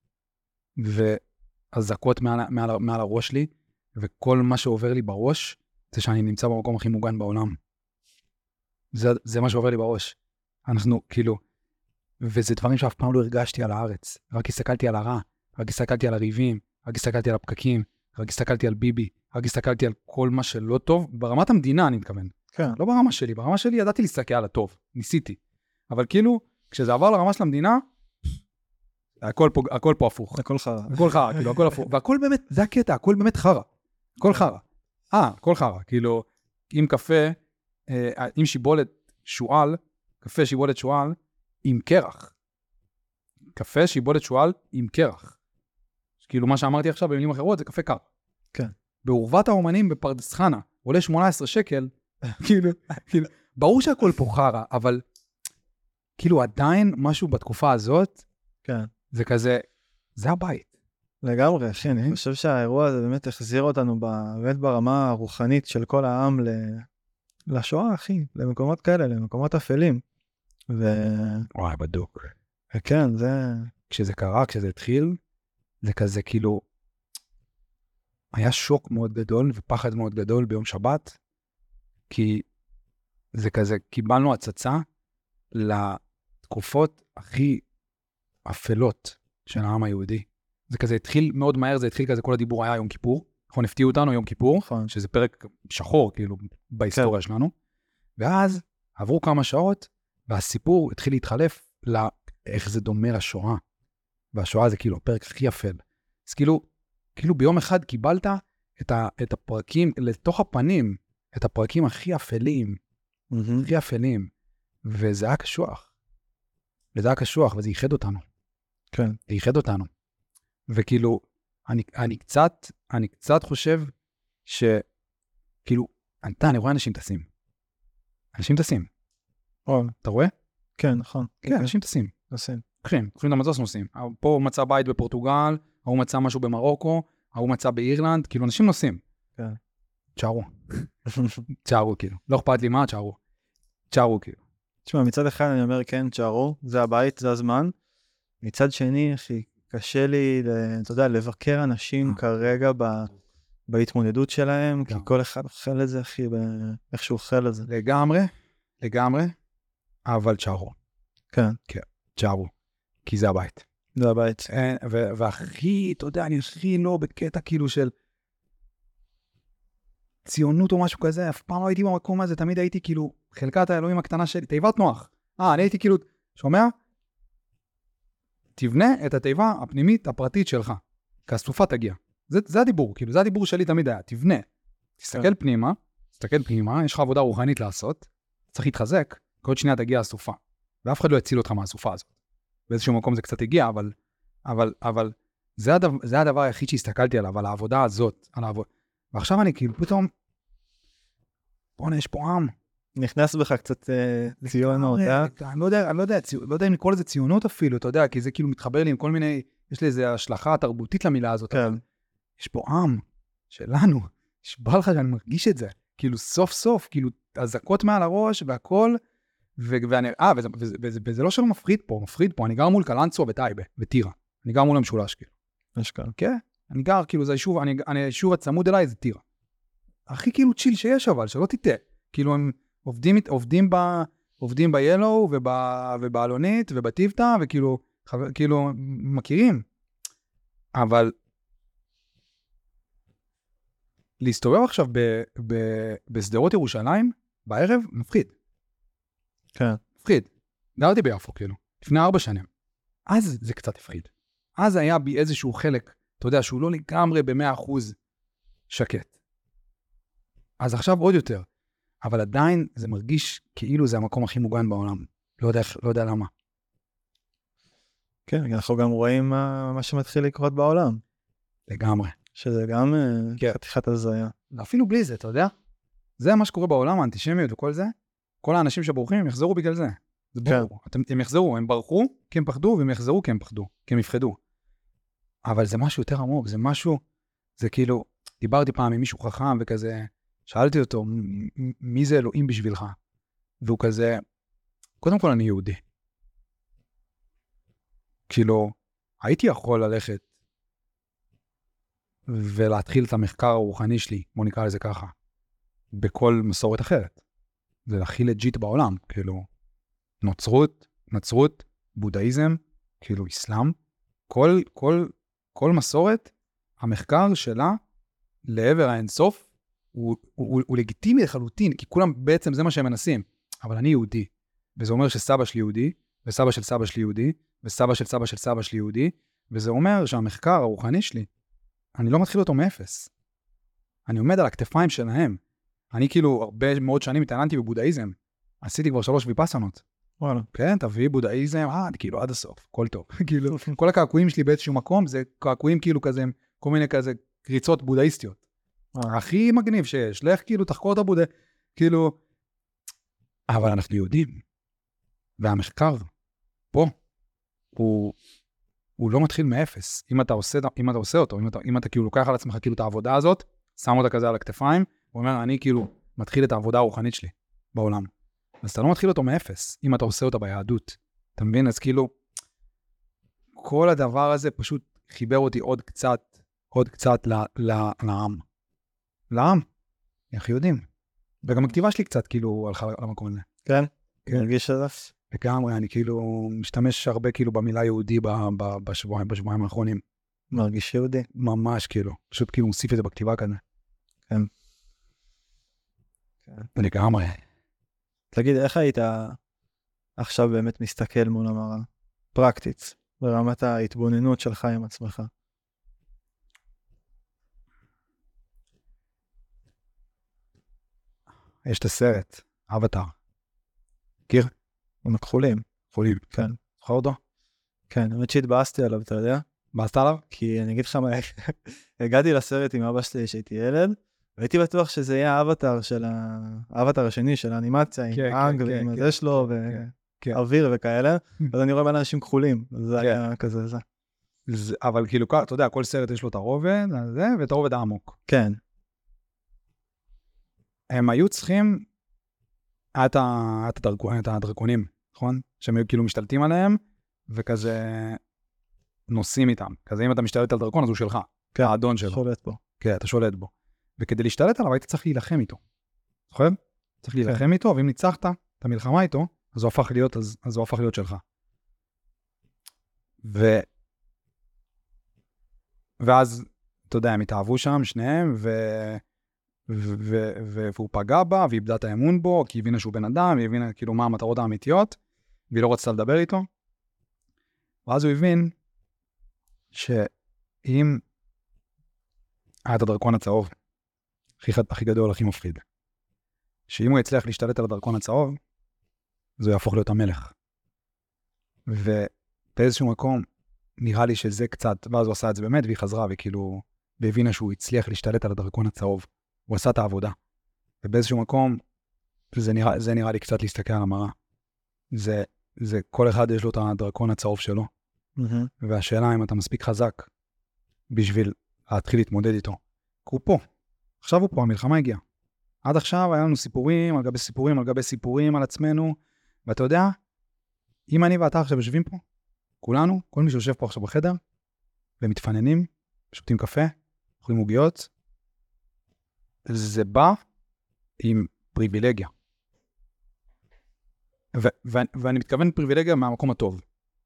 והזעקות מעל, מעל, מעל הראש שלי, וכל מה שעובר לי בראש, זה שאני נמצא במקום הכי מוגן בעולם. זה, זה מה שעובר לי בראש. אנחנו, כאילו, וזה דברים שאף פעם לא הרגשתי על הארץ. רק הסתכלתי על הרע, רק הסתכלתי על הריבים, רק הסתכלתי על הפקקים, רק הסתכלתי על ביבי, רק הסתכלתי על כל מה שלא טוב, ברמת המדינה אני מתכוון.
כן.
לא ברמה שלי, ברמה שלי ידעתי להסתכל על הטוב, ניסיתי. אבל כאילו, כשזה עבר לרמה של המדינה, הכל פה, הכל פה הפוך.
הכל חרא.
הכל חרא, כאילו, הכל הפוך. והכל באמת, זה הקטע, הכל באמת חרא. הכל חרא. אה, הכל חרא. כאילו, עם קפה, אה, עם שיבולת שואל, קפה שיבולת שואל, עם קרח. קפה שיבולת שואל עם קרח. כאילו מה שאמרתי עכשיו במילים אחרות זה קפה קר.
כן.
בעורבת האומנים בפרדס חנה, עולה שמונה עשרה שקל, כאילו, כאילו, ברור שהכל פה חרא, אבל כאילו עדיין משהו בתקופה הזאת,
כן.
זה כזה, זה הבית.
לגמרי, אחי, אני חושב שהאירוע הזה באמת החזיר אותנו באמת ברמה הרוחנית של כל העם לשואה, אחי, למקומות כאלה, למקומות אפלים. ו...
וואי, בדוק.
וכן, זה...
כשזה קרה, כשזה התחיל, זה כזה כאילו, היה שוק מאוד גדול ופחד מאוד גדול ביום שבת, כי זה כזה, קיבלנו הצצה לתקופות הכי אפלות של העם היהודי. זה כזה התחיל מאוד מהר, זה התחיל כזה, כל הדיבור היה יום כיפור, אנחנו נפתיעו אותנו יום כיפור,
נכון.
שזה פרק שחור כאילו בהיסטוריה
כן.
שלנו, ואז עברו כמה שעות, והסיפור התחיל להתחלף לאיך זה דומה לשואה. והשואה זה כאילו הפרק הכי אפל. אז כאילו, כאילו ביום אחד קיבלת את, ה, את הפרקים, לתוך הפנים, את הפרקים הכי אפלים,
Mm-hmm.
הכי אפלים, וזה היה קשוח. וזה היה קשוח, וזה ייחד אותנו.
כן.
זה ייחד אותנו. וכאילו, אני, אני קצת, אני קצת חושב ש, כאילו, אתה, אני רואה אנשים טסים. אנשים טסים.
או,
אתה רואה?
כן, נכון.
כן, אנשים טסים.
טסים.
לוקחים, לוקחים את המטוס נוסעים. פה מצא בית בפורטוגל, ההוא מצא משהו במרוקו, ההוא מצא באירלנד, כאילו אנשים נוסעים.
כן.
תשארו. תשארו כאילו. לא אכפת לי מה, תשארו. תשארו כאילו.
תשמע, מצד אחד אני אומר כן, תשארו, זה הבית, זה הזמן. מצד שני, אחי, קשה לי, אתה יודע, לבקר אנשים כרגע ב... בהתמודדות שלהם, כי כל אחד אוכל את זה, אחי, איך שהוא אוכל את זה.
לגמרי, לגמרי, אבל תשארו.
כן.
כן, תשארו. כי זה הבית.
זה הבית.
והכי, אתה יודע, אני הכי לא בקטע כאילו של ציונות או משהו כזה, אף פעם לא הייתי במקום הזה, תמיד הייתי כאילו, חלקת האלוהים הקטנה שלי, תיבת נוח. אה, אני הייתי כאילו, שומע? תבנה את התיבה הפנימית הפרטית שלך, כי הסופה תגיע. זה, זה הדיבור, כאילו, זה הדיבור שלי תמיד היה, תבנה. תסתכל פנימה, תסתכל פנימה, יש לך עבודה רוחנית לעשות, צריך להתחזק, כי עוד שנייה תגיע הסופה. ואף אחד לא יציל אותך מהסופה הזאת. באיזשהו מקום זה קצת הגיע, אבל, אבל, אבל זה הדבר, זה הדבר היחיד שהסתכלתי עליו, על העבודה הזאת, על העבוד... ועכשיו אני כאילו פתאום, בוא'נה, יש פה עם.
נכנס בך קצת ציונות, אה?
אני לא יודע, אני לא יודע, לא יודע אם לקרוא לזה ציונות אפילו, אתה יודע, כי זה כאילו מתחבר לי עם כל מיני, יש לי איזו השלכה תרבותית למילה הזאת.
כן.
יש פה עם, שלנו, שבא לך שאני מרגיש את זה, כאילו סוף סוף, כאילו הזקות מעל הראש והכל, ו- ואני, אה, וזה, וזה, וזה, וזה לא שלא מפריד פה, מפריד פה, אני גר מול קלנסו וטייבה, וטירה, אני גר מול המשולש, כאילו.
יש כאן.
כן, אני גר, כאילו, זה היישוב, אני, אני, היישוב הצמוד אליי, זה טירה. הכי כאילו צ'יל שיש, אבל, שלא תטעה. כאילו, הם עובדים, עובדים ב, עובדים ב-Yellow, וב, ובאלונית, ובטיבטה, וכאילו, חבר, כאילו, מכירים. אבל, להסתובב עכשיו ב, ב, בסדרות ירושלים, בערב, מפחיד.
כן.
מפחיד. גרתי ביפו, כאילו, לפני ארבע שנים. אז זה קצת הפחיד. אז היה בי איזשהו חלק, אתה יודע, שהוא לא לגמרי ב-מאה אחוז שקט. אז עכשיו עוד יותר. אבל עדיין זה מרגיש כאילו זה המקום הכי מוגן בעולם. לא יודע, לא יודע למה.
כן, אנחנו גם רואים מה, מה שמתחיל לקרות בעולם.
לגמרי.
שזה גם
כן.
חתיכת הזיה.
אפילו בלי זה, אתה יודע? זה מה שקורה בעולם, האנטישמיות וכל זה. כל האנשים שבורחים, הם יחזרו בגלל זה. זה ברור. אתם, הם יחזרו, הם ברחו כי הם פחדו, והם יחזרו כי הם פחדו, כי הם יפחדו. אבל זה משהו יותר עמוק, זה משהו, זה כאילו, דיברתי פעם עם מישהו חכם וכזה, שאלתי אותו, מי זה אלוהים בשבילך? והוא כזה, קודם כל אני יהודי. כאילו, הייתי יכול ללכת ולהתחיל את המחקר הרוחני שלי, בוא נקרא לזה ככה, בכל מסורת אחרת. זה הכי לג'יט בעולם, כאילו, נוצרות, נצרות, בודהיזם, כאילו אסלאם, כל, כל, כל מסורת, המחקר שלה לעבר האינסוף, הוא, הוא, הוא, הוא לגיטימי לחלוטין, כי כולם בעצם זה מה שהם מנסים. אבל אני יהודי, וזה אומר שסבא שלי יהודי, וסבא של סבא שלי יהודי, וסבא של סבא של סבא שלי יהודי, וזה אומר שהמחקר הרוחני שלי, אני לא מתחיל אותו מאפס. אני עומד על הכתפיים שלהם. אני כאילו הרבה מאוד שנים התעניינתי בבודהיזם. עשיתי כבר שלוש ויפאסנות.
וואלה.
כן, תביא בודהיזם, אה, כאילו עד הסוף, כל טוב. כאילו, כל הקעקועים שלי באיזשהו מקום, זה קעקועים כאילו כזה, כל מיני כזה קריצות בודהיסטיות. הכי מגניב שיש. לך כאילו, תחקור את הבודה, כאילו, אבל אנחנו יהודים. והמחקר פה, הוא, הוא לא מתחיל מאפס. אם אתה עושה, אם אתה עושה אותו, אם אתה, אם אתה כאילו לוקח על עצמך כאילו את העבודה הזאת, שם אותה כזה על הכתפיים, הוא אומר, אני כאילו מתחיל את העבודה הרוחנית שלי בעולם. אז אתה לא מתחיל אותו מאפס, אם אתה עושה אותה ביהדות. אתה מבין? אז כאילו, כל הדבר הזה פשוט חיבר אותי עוד קצת, עוד קצת ל, ל, לעם. לעם. אנחנו יודעים. וגם הכתיבה שלי קצת כאילו הלכה למקום הזה.
כן?
כן.
מרגיש שזה?
לגמרי, אני כאילו משתמש הרבה כאילו במילה יהודי ב, ב, בשבועיים, בשבועיים האחרונים.
מרגיש יהודי.
ממש כאילו. פשוט כאילו מוסיף את זה בכתיבה כזה.
כן.
לגמרי.
תגיד, איך היית עכשיו באמת מסתכל מול המראה? פרקטית, ברמת ההתבוננות שלך עם עצמך.
יש את הסרט, אבטאר. מכיר?
עם הכחולים.
כחולים.
כן.
זוכר אותו?
כן, האמת שהתבאסתי עליו, אתה יודע?
התבאסת עליו?
כי אני אגיד לך מה, הגעתי לסרט עם אבא שלי שהייתי ילד, והייתי בטוח שזה יהיה האבטאר של ה... האבטאר השני של האנימציה, עם האנג ועם הזה שלו, ואוויר וכאלה, אז אני רואה בין אנשים כחולים, אז זה היה כזה זה.
אבל כאילו, אתה יודע, כל סרט יש לו את הרובד הזה, ואת הרובד העמוק.
כן.
הם היו צריכים את הדרקונים, נכון? שהם היו כאילו משתלטים עליהם, וכזה נוסעים איתם. כזה אם אתה משתלט על דרקון, אז הוא שלך. כן, האדון שלו.
שולט בו.
כן, אתה שולט בו. וכדי להשתלט עליו, היית צריך להילחם איתו. זוכר? צריך להילחם איתו, ואם ניצחת את המלחמה איתו, אז הוא הפך להיות, אז, אז הוא הפך להיות שלך. ו... ואז, אתה יודע, הם התאהבו שם, שניהם, ו... ו... ו... ו... והוא פגע בה, והיא איבדה את האמון בו, כי היא הבינה שהוא בן אדם, היא הבינה כאילו מה המטרות האמיתיות, והיא לא רצתה לדבר איתו. ואז הוא הבין שאם היה את הדרקון הצהוב, הכי, הכי גדול, הכי מפחיד, שאם הוא יצליח להשתלט על הדרקון הצהוב, אז הוא יהפוך להיות המלך. ובאיזשהו מקום, נראה לי שזה קצת, ואז הוא עשה את זה באמת, והיא חזרה, וכאילו, והבינה שהוא הצליח להשתלט על הדרקון הצהוב. הוא עשה את העבודה. ובאיזשהו מקום, זה נראה, זה נראה לי קצת להסתכל על המראה. זה, זה, כל אחד יש לו את הדרקון הצהוב שלו. Mm-hmm. והשאלה אם אתה מספיק חזק, בשביל להתחיל להתמודד איתו. הוא פה. עכשיו הוא פה, המלחמה הגיעה. עד עכשיו היה לנו סיפורים, על גבי סיפורים, על גבי סיפורים על עצמנו, ואתה יודע, אם אני ואתה עכשיו יושבים פה, כולנו, כל מי שיושב פה עכשיו בחדר, ומתפננים, שותים קפה, אוכלים עוגיות, זה בא עם פריבילגיה. ו- ו- ואני מתכוון פריבילגיה מהמקום הטוב.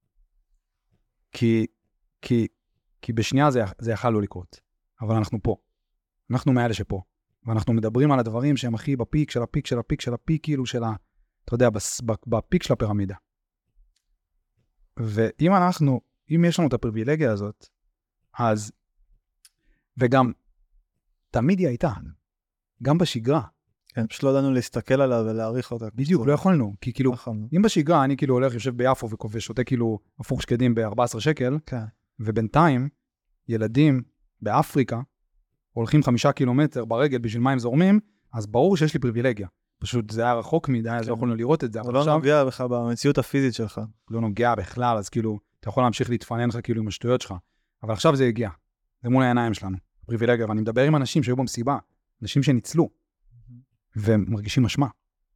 כי, כי, כי בשנייה זה, זה יכל לא לקרות. אבל אנחנו פה. אנחנו מאלה שפה. ואנחנו מדברים על הדברים שהם הכי בפיק של הפיק של הפיק של הפיק, כאילו של ה... אתה יודע, בפיק של הפירמידה. ואם אנחנו, אם יש לנו את הפריבילגיה הזאת, אז, וגם, תמיד היא הייתה, גם בשגרה.
כן, פשוט לא ידענו להסתכל עליו ולהעריך אותה.
בדיוק, לא יכולנו, כי כאילו, אם בשגרה אני כאילו הולך, יושב ביפו ושותה כאילו הפוך שקדים ב-ארבעה עשר שקל,
כן.
ובינתיים, ילדים באפריקה, הולכים חמישה קילומטר ברגל בשביל מים זורמים, אז ברור שיש לי פריבילגיה. פשוט זה היה רחוק מדי, אז לא יכולנו לראות את זה.
זה לא נוגע בך במציאות הפיזית שלך.
לא נוגע בכלל, אז כאילו, אתה יכול להמשיך להתפנן לך כאילו עם השטויות שלך. אבל עכשיו זה הגיע. זה מול העיניים שלנו. פריבילגיה, ואני מדבר עם אנשים שהיו במסיבה, אנשים שניצלו, ומרגישים משמע.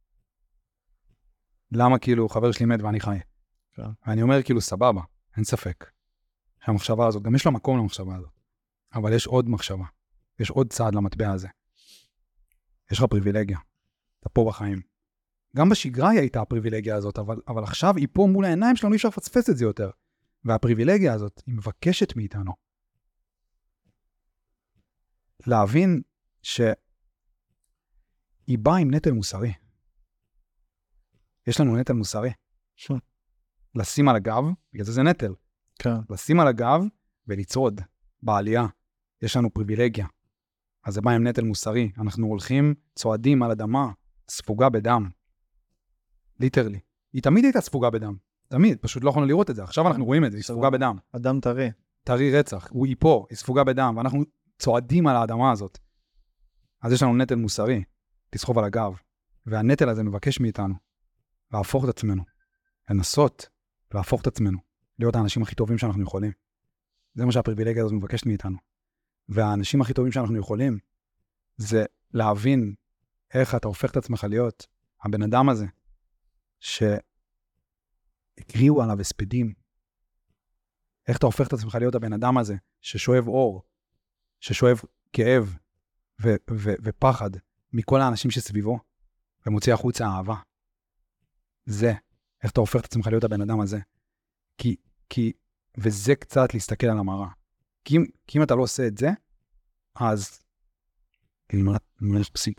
למה כאילו חבר שלי מת ואני חי? ואני אומר כאילו סבבה, אין ספק. שהמחשבה הזאת, גם יש לה מקום למחשבה הזאת. אבל יש עוד מחשבה. יש עוד צעד למטבע הזה. יש לך פריבילגיה. אתה פה בחיים. גם בשגרה היא הייתה הפריבילגיה הזאת, אבל, אבל עכשיו היא פה מול העיניים שלנו, אי אפשר לפספס את זה יותר. והפריבילגיה הזאת, היא מבקשת מאיתנו. להבין שהיא באה עם נטל מוסרי. יש לנו נטל מוסרי.
שו.
לשים על הגב, בגלל זה זה נטל.
כן.
לשים על הגב ולצעוד בעלייה. יש לנו פריבילגיה. אז זה בא עם נטל מוסרי. אנחנו הולכים, צועדים על אדמה, ספוגה בדם. ליטרלי. היא תמיד הייתה ספוגה בדם. תמיד, פשוט לא יכולנו לראות את זה. עכשיו אנחנו רואים את זה, היא ספוגה בדם.
אדם טרי.
טרי רצח. הוא היא פה, היא ספוגה בדם, ואנחנו צועדים על האדמה הזאת. אז יש לנו נטל מוסרי, לסחוב על הגב. והנטל הזה מבקש מאיתנו להפוך את עצמנו. לנסות להפוך את עצמנו. להיות האנשים הכי טובים שאנחנו יכולים. זה מה שהפריבילגיה הזאת מבקשת מאיתנו. והאנשים הכי טובים שאנחנו יכולים, זה להבין איך אתה הופך את עצמך להיות הבן אדם הזה, שהקריאו עליו הספדים. איך אתה הופך את עצמך להיות הבן אדם הזה, ששואב אור, ששואב כאב ו- ו- ופחד מכל האנשים שסביבו, ומוציא החוצה אהבה. זה, איך אתה הופך את עצמך להיות הבן אדם הזה. כי, כי, וזה קצת להסתכל על המראה. כי אם, כי אם אתה לא עושה את זה, אז כאילו, מה יש פסיק?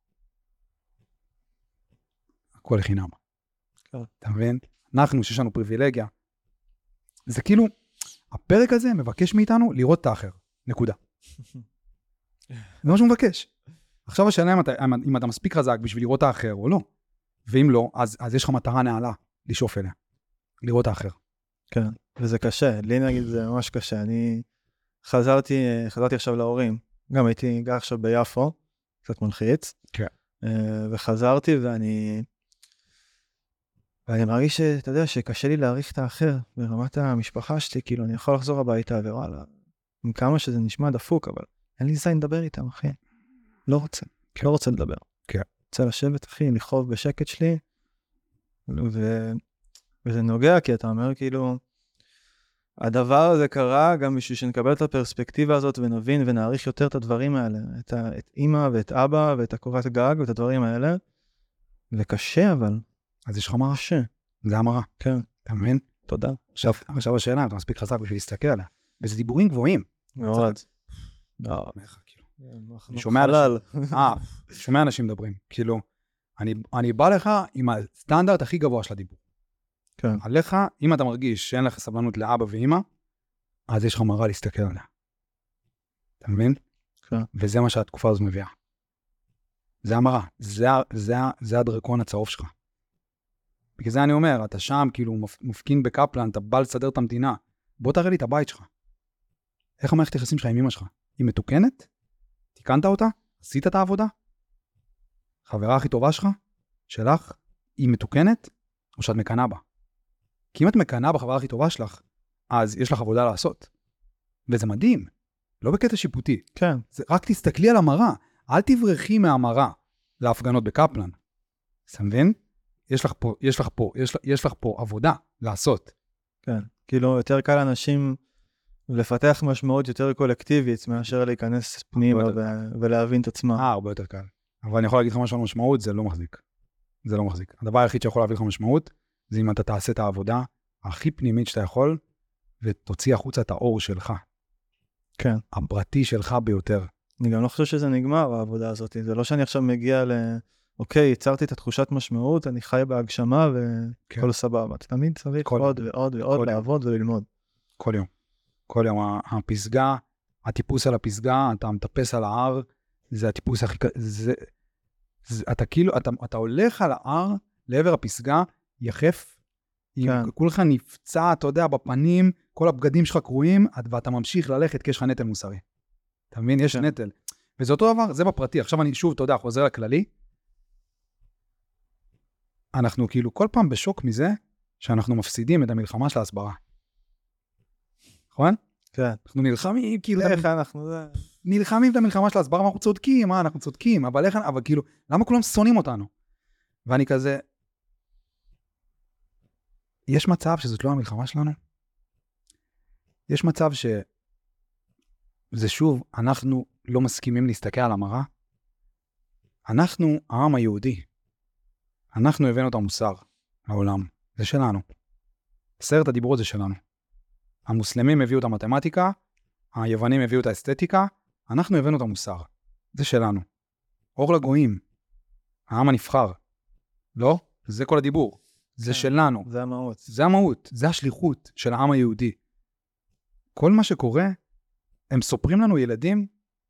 הכל לחינם. אתה מבין? אנחנו, שיש לנו פריבילגיה, זה כאילו, הפרק הזה מבקש מאיתנו לראות את האחר. נקודה. זה מה שהוא מבקש. עכשיו השאלה אם אתה, אם אתה מספיק חזק בשביל לראות את האחר או לא. ואם לא, אז, אז יש לך מטרה נעלה לשאוף אליה. לראות את האחר.
כן, וזה קשה. לי נגיד זה ממש קשה. אני חזרתי, חזרתי עכשיו להורים. גם הייתי גר עכשיו ביפו, קצת מלחיץ. כן. וחזרתי ואני... ואני מרגיש שאתה יודע שקשה לי להעריך את האחר ברמת המשפחה שלי, כאילו אני יכול לחזור הביתה ווואלה, עם כמה שזה נשמע דפוק, אבל אין לי זין לדבר איתם, אחי. לא רוצה, כן. לא רוצה לדבר. כן. רוצה לשבת, אחי, לחוב בשקט שלי, ו... וזה נוגע, כי אתה אומר כאילו, הדבר הזה קרה גם בשביל שנקבל את הפרספקטיבה הזאת ונבין ונעריך יותר את הדברים האלה, את, ה... את אמא ואת אבא ואת הקורת גג ואת הדברים האלה, וקשה אבל.
אז יש לך מראה? ש... זה המראה.
כן.
אתה מבין?
תודה.
עכשיו, עכשיו השאלה, אתה מספיק חזק בשביל להסתכל עליה. וזה דיבורים גבוהים.
מאוד.
לא, כאילו. אני שומע אנשים, אה, שומע אנשים מדברים. כאילו, אני, אני בא לך עם הסטנדרט הכי גבוה של הדיבור.
כן.
עליך, אם אתה מרגיש שאין לך סבלנות לאבא ואמא, אז יש לך מראה להסתכל עליה. אתה מבין?
כן.
וזה מה שהתקופה הזו מביאה. זה המראה. זה, זה, זה הדרקון הצהוב שלך. בגלל זה אני אומר, אתה שם כאילו מופקין בקפלן, אתה בא לסדר את המדינה, בוא תראה לי את הבית שלך. איך המערכת היחסים שלך עם אמא שלך? היא מתוקנת? תיקנת אותה? עשית את העבודה? חברה הכי טובה שלך? שלך? היא מתוקנת? או שאת מקנה בה? כי אם את מקנה בחברה הכי טובה שלך, אז יש לך עבודה לעשות. וזה מדהים. לא בקטע שיפוטי.
כן.
זה, רק תסתכלי על המראה, אל תברחי מהמראה להפגנות בקפלן. אתה מבין? יש לך פה, יש לך פה, יש, יש לך פה עבודה לעשות.
כן, כאילו יותר קל לאנשים לפתח משמעות יותר קולקטיבית, מאשר להיכנס פנימה ו- ולהבין את עצמה.
אה, הרבה יותר קל. אבל אני יכול להגיד לך משהו על משמעות, זה לא מחזיק. זה לא מחזיק. הדבר היחיד שיכול להביא לך משמעות, זה אם אתה תעשה את העבודה הכי פנימית שאתה יכול, ותוציא החוצה את האור שלך.
כן.
הפרטי שלך ביותר.
אני גם לא חושב שזה נגמר, העבודה הזאת. זה לא שאני עכשיו מגיע ל... אוקיי, יצרתי את התחושת משמעות, אני חי בהגשמה וכל כן. סבבה. אתה תמיד צריך כל עוד ועוד ועוד לעבוד יום. וללמוד.
כל יום. כל יום. הפסגה, הטיפוס על הפסגה, אתה מטפס על ההר, זה הטיפוס הכי... זה... זה... אתה כאילו, אתה, אתה הולך על ההר לעבר הפסגה, יחף, כן. כולך נפצע, אתה יודע, בפנים, כל הבגדים שלך קרועים, ואתה ממשיך ללכת כי יש לך נטל מוסרי. אתה מבין? יש כן. נטל. וזה אותו דבר, זה בפרטי. עכשיו אני שוב, אתה יודע, חוזר לכללי, אנחנו כאילו כל פעם בשוק מזה, שאנחנו מפסידים את המלחמה של ההסברה. נכון?
כן.
אנחנו נלחמים, כאילו...
איך אנחנו...
נלחמים את המלחמה של ההסברה, אנחנו צודקים, מה, אנחנו צודקים, אבל איך... אבל כאילו, למה כולם שונאים אותנו? ואני כזה... יש מצב שזאת לא המלחמה שלנו? יש מצב ש... זה שוב, אנחנו לא מסכימים להסתכל על המראה? אנחנו, העם היהודי, אנחנו הבאנו את המוסר לעולם. זה שלנו. עשרת הדיברות זה שלנו. המוסלמים הביאו את המתמטיקה, היוונים הביאו את האסתטיקה, אנחנו הבאנו את המוסר. זה שלנו. אור לגויים. העם הנבחר. לא? זה כל הדיבור. זה
כן,
שלנו.
זה המהות.
זה המהות. זה השליחות של העם היהודי. כל מה שקורה, הם סופרים לנו ילדים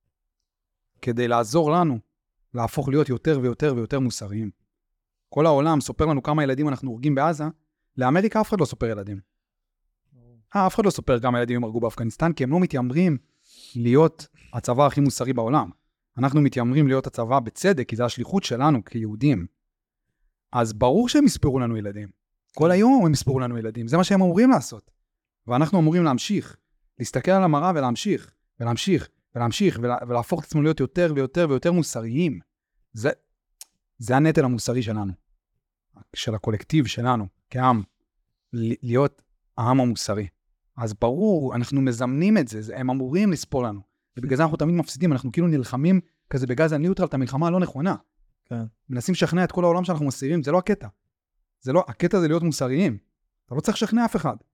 כדי לעזור לנו להפוך להיות יותר ויותר ויותר מוסריים. כל העולם סופר לנו כמה ילדים אנחנו הורגים בעזה, לאמריקה אף אחד לא סופר ילדים. אה, אף אחד לא סופר כמה ילדים הם הרגו באפגניסטן, כי הם לא מתיימרים להיות הצבא הכי מוסרי בעולם. אנחנו מתיימרים להיות הצבא בצדק, כי זה השליחות שלנו כיהודים. אז ברור שהם יספרו לנו ילדים. כל היום הם יספרו לנו ילדים. זה מה שהם אמורים לעשות. ואנחנו אמורים להמשיך, להסתכל על המראה ולהמשיך, ולהמשיך, ולהמשיך, ולה, ולהפוך את עצמנו להיות יותר ויותר ויותר מוסריים. זה, זה הנטל המוסרי שלנו. של הקולקטיב שלנו, כעם. להיות העם המוסרי. אז ברור, אנחנו מזמנים את זה, הם אמורים לספור לנו. ובגלל זה אנחנו תמיד מפסידים, אנחנו כאילו נלחמים כזה בגז הניוטרל, את המלחמה הלא נכונה.
כן.
מנסים לשכנע את כל העולם שאנחנו מסירים, זה לא הקטע. זה לא, הקטע זה להיות מוסריים. אתה לא צריך לשכנע אף אחד.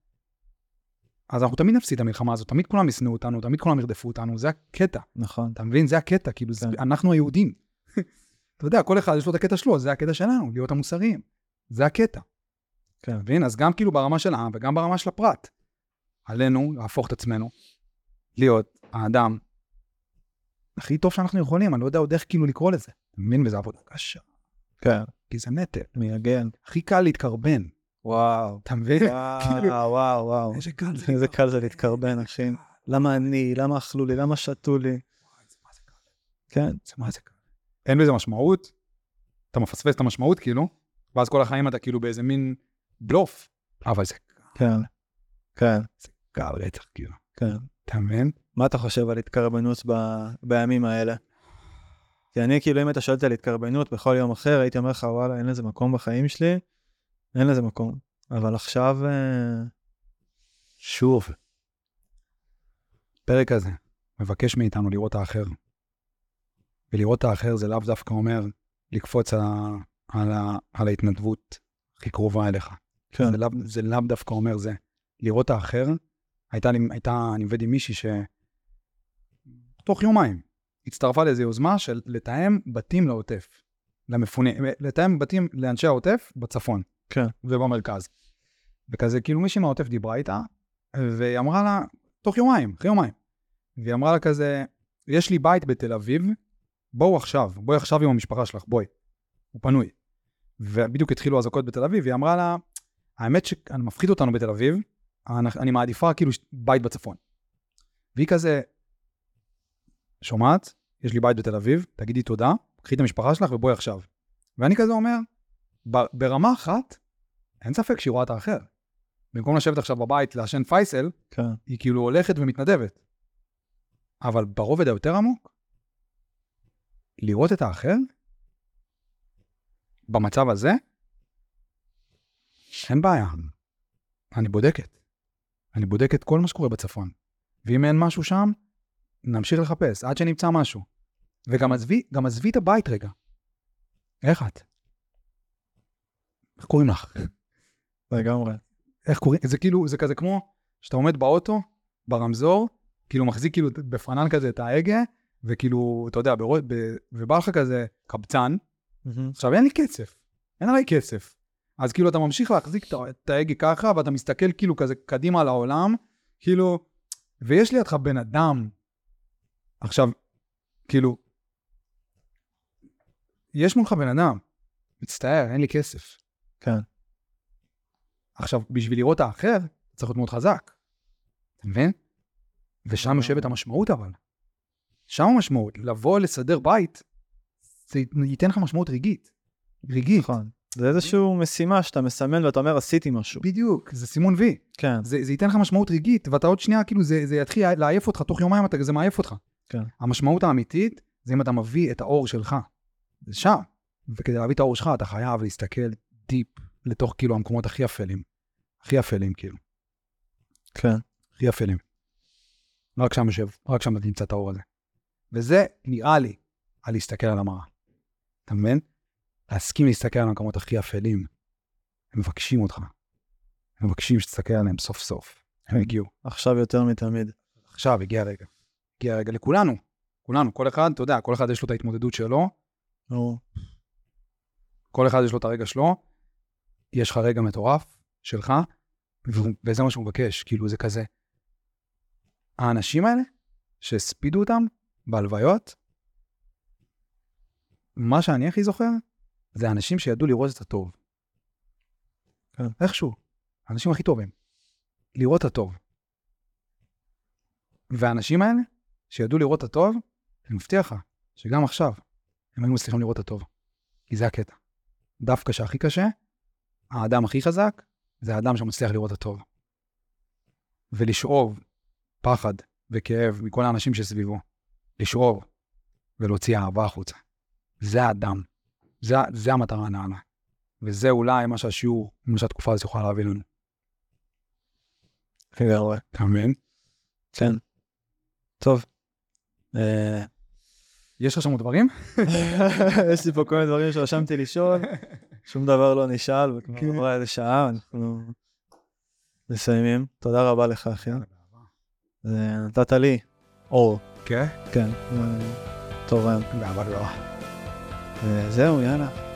אז אנחנו תמיד נפסיד את המלחמה הזאת, תמיד כולם ישנאו אותנו, תמיד כולם ירדפו אותנו, זה הקטע.
נכון.
אתה מבין? זה הקטע, כאילו,
כן.
זה, אנחנו היהודים. אתה יודע, כל אחד יש לו את הקטע שלו, זה הקטע שלנו, להיות המוסריים. זה הקטע.
כן.
מבין? אז גם כאילו ברמה של העם וגם ברמה של הפרט. עלינו להפוך את עצמנו, להיות האדם הכי טוב שאנחנו יכולים, אני לא יודע עוד איך כאילו לקרוא לזה. אתה מבין? וזה עבודה קשה.
כן.
כי זה נטל.
מייגן.
הכי קל להתקרבן.
וואו.
אתה מבין?
וואו, וואו, וואו.
איזה קל זה.
איזה קל זה להתקרבן, אחי. למה אני? למה אכלו לי? למה שתו לי?
זה מה זה קל.
כן.
זה מה זה קל. אין בזה משמעות. אתה מפספס את המשמעות כאילו, ואז כל החיים אתה כאילו באיזה מין בלוף. אבל זה קל.
כן. כן.
זה קל רצח כאילו.
כן.
אתה מבין?
מה אתה חושב על התקרבנות ב... בימים האלה? כי אני כאילו, אם אתה שואלת על התקרבנות בכל יום אחר, הייתי אומר לך, וואלה, אין לזה מקום בחיים שלי, אין לזה מקום. אבל עכשיו...
שוב, פרק הזה מבקש מאיתנו לראות האחר. ולראות האחר זה לאו דווקא אומר לקפוץ על, ה... על, ה... על ההתנדבות הכי קרובה אליך.
כן.
זה לאו, זה לאו דווקא אומר זה. לראות האחר, הייתה, הייתה, אני עובד עם מישהי ש... תוך יומיים, הצטרפה לאיזו יוזמה של לתאם בתים לעוטף, למפונים, לתאם בתים לאנשי העוטף בצפון.
כן.
ובמרכז. וכזה, כאילו מישהי מהעוטף דיברה איתה, והיא אמרה לה, תוך יומיים, אחרי יומיים. והיא אמרה לה כזה, יש לי בית בתל אביב, בואו עכשיו, בואי עכשיו עם המשפחה שלך, בואי. הוא פנוי. ובדיוק התחילו הזעקות בתל אביב, והיא אמרה לה, האמת שאני מפחיד אותנו בתל אביב, אני, אני מעדיפה כאילו בית בצפון. והיא כזה, שומעת, יש לי בית בתל אביב, תגידי תודה, קחי את המשפחה שלך ובואי עכשיו. ואני כזה אומר, ברמה אחת, אין ספק שהיא רואה את האחר. במקום לשבת עכשיו בבית לעשן פייסל,
כן.
היא כאילו הולכת ומתנדבת. אבל ברובד היותר עמוק, לראות את האחר, במצב הזה, אין בעיה. אני בודקת. אני בודקת כל מה שקורה בצפון. ואם אין משהו שם, נמשיך לחפש, עד שנמצא משהו. וגם עזבי, גם עזבי את הבית רגע. איך את? איך קוראים לך?
לגמרי.
איך קוראים? זה כאילו, זה כזה כמו שאתה עומד באוטו, ברמזור, כאילו מחזיק כאילו בפרנן כזה את ההגה, וכאילו, אתה יודע, ברוד, ב... ובא לך כזה קבצן, עכשיו אין לי כסף, אין עליי כסף. אז כאילו אתה ממשיך להחזיק את ההגה ככה, ואתה מסתכל כאילו כזה קדימה לעולם, כאילו, ויש לידך בן אדם, עכשיו, כאילו, יש מולך בן אדם, מצטער, אין לי כסף.
כן.
עכשיו, בשביל לראות האחר, צריך להיות מאוד חזק. אתה מבין? ושם יושבת המשמעות אבל. שם המשמעות, לבוא לסדר בית, זה ייתן לך משמעות רגעית. רגעית.
נכון. זה איזשהו משימה שאתה מסמן ואתה אומר, עשיתי משהו.
בדיוק, זה סימון וי.
כן.
זה, זה ייתן לך משמעות רגעית, ואתה עוד שנייה, כאילו, זה, זה יתחיל לעייף אותך, תוך יומיים אתה, זה מעייף אותך.
כן.
המשמעות האמיתית, זה אם אתה מביא את האור שלך. זה שם. וכדי להביא את האור שלך, אתה חייב להסתכל דיפ לתוך, כאילו, המקומות הכי אפלים. הכי אפלים, כאילו.
כן.
הכי אפלים. רק שם יושב, רק שם תמצא את האור הזה. וזה נראה לי על להסתכל על המראה. אתה מבין? להסכים להסתכל על המקומות הכי אפלים. הם מבקשים אותך. הם מבקשים שתסתכל עליהם סוף סוף. הם הגיעו.
עכשיו יותר מתמיד.
עכשיו, הגיע הרגע. הגיע הרגע לכולנו. כולנו, כל אחד, אתה יודע, כל אחד יש לו את ההתמודדות שלו.
או.
כל אחד יש לו את הרגע שלו. יש לך רגע מטורף שלך, וזה מה שהוא מבקש. כאילו זה כזה. האנשים האלה שהספידו אותם בהלוויות, מה שאני הכי זוכר, זה האנשים שידעו לראות את הטוב.
כן.
איכשהו. האנשים הכי טובים. לראות את הטוב. והאנשים האלה שידעו לראות את הטוב, אני מבטיח לך שגם עכשיו הם היו מצליחים לראות את הטוב. כי זה הקטע. דווקא שהכי קשה, האדם הכי חזק, זה האדם שמצליח לראות את הטוב. ולשאוב פחד וכאב מכל האנשים שסביבו. לשאוב ולהוציא אהבה החוצה. זה האדם. זה, זה המטרה הנענה. וזה אולי מה שהשיעור, מה שהתקופה הזאת יכולה להביא לנו.
לגמרי.
אתה מבין?
כן. טוב.
יש לך שם דברים?
יש לי פה כל מיני דברים שרשמתי לשאול. שום דבר לא נשאל, וכמו עברה איזה שעה, אנחנו מסיימים. תודה רבה לך, אחי. נתת לי אור.
כן?
כן. תורם.
באהבה גדולה.
וזהו, יאללה.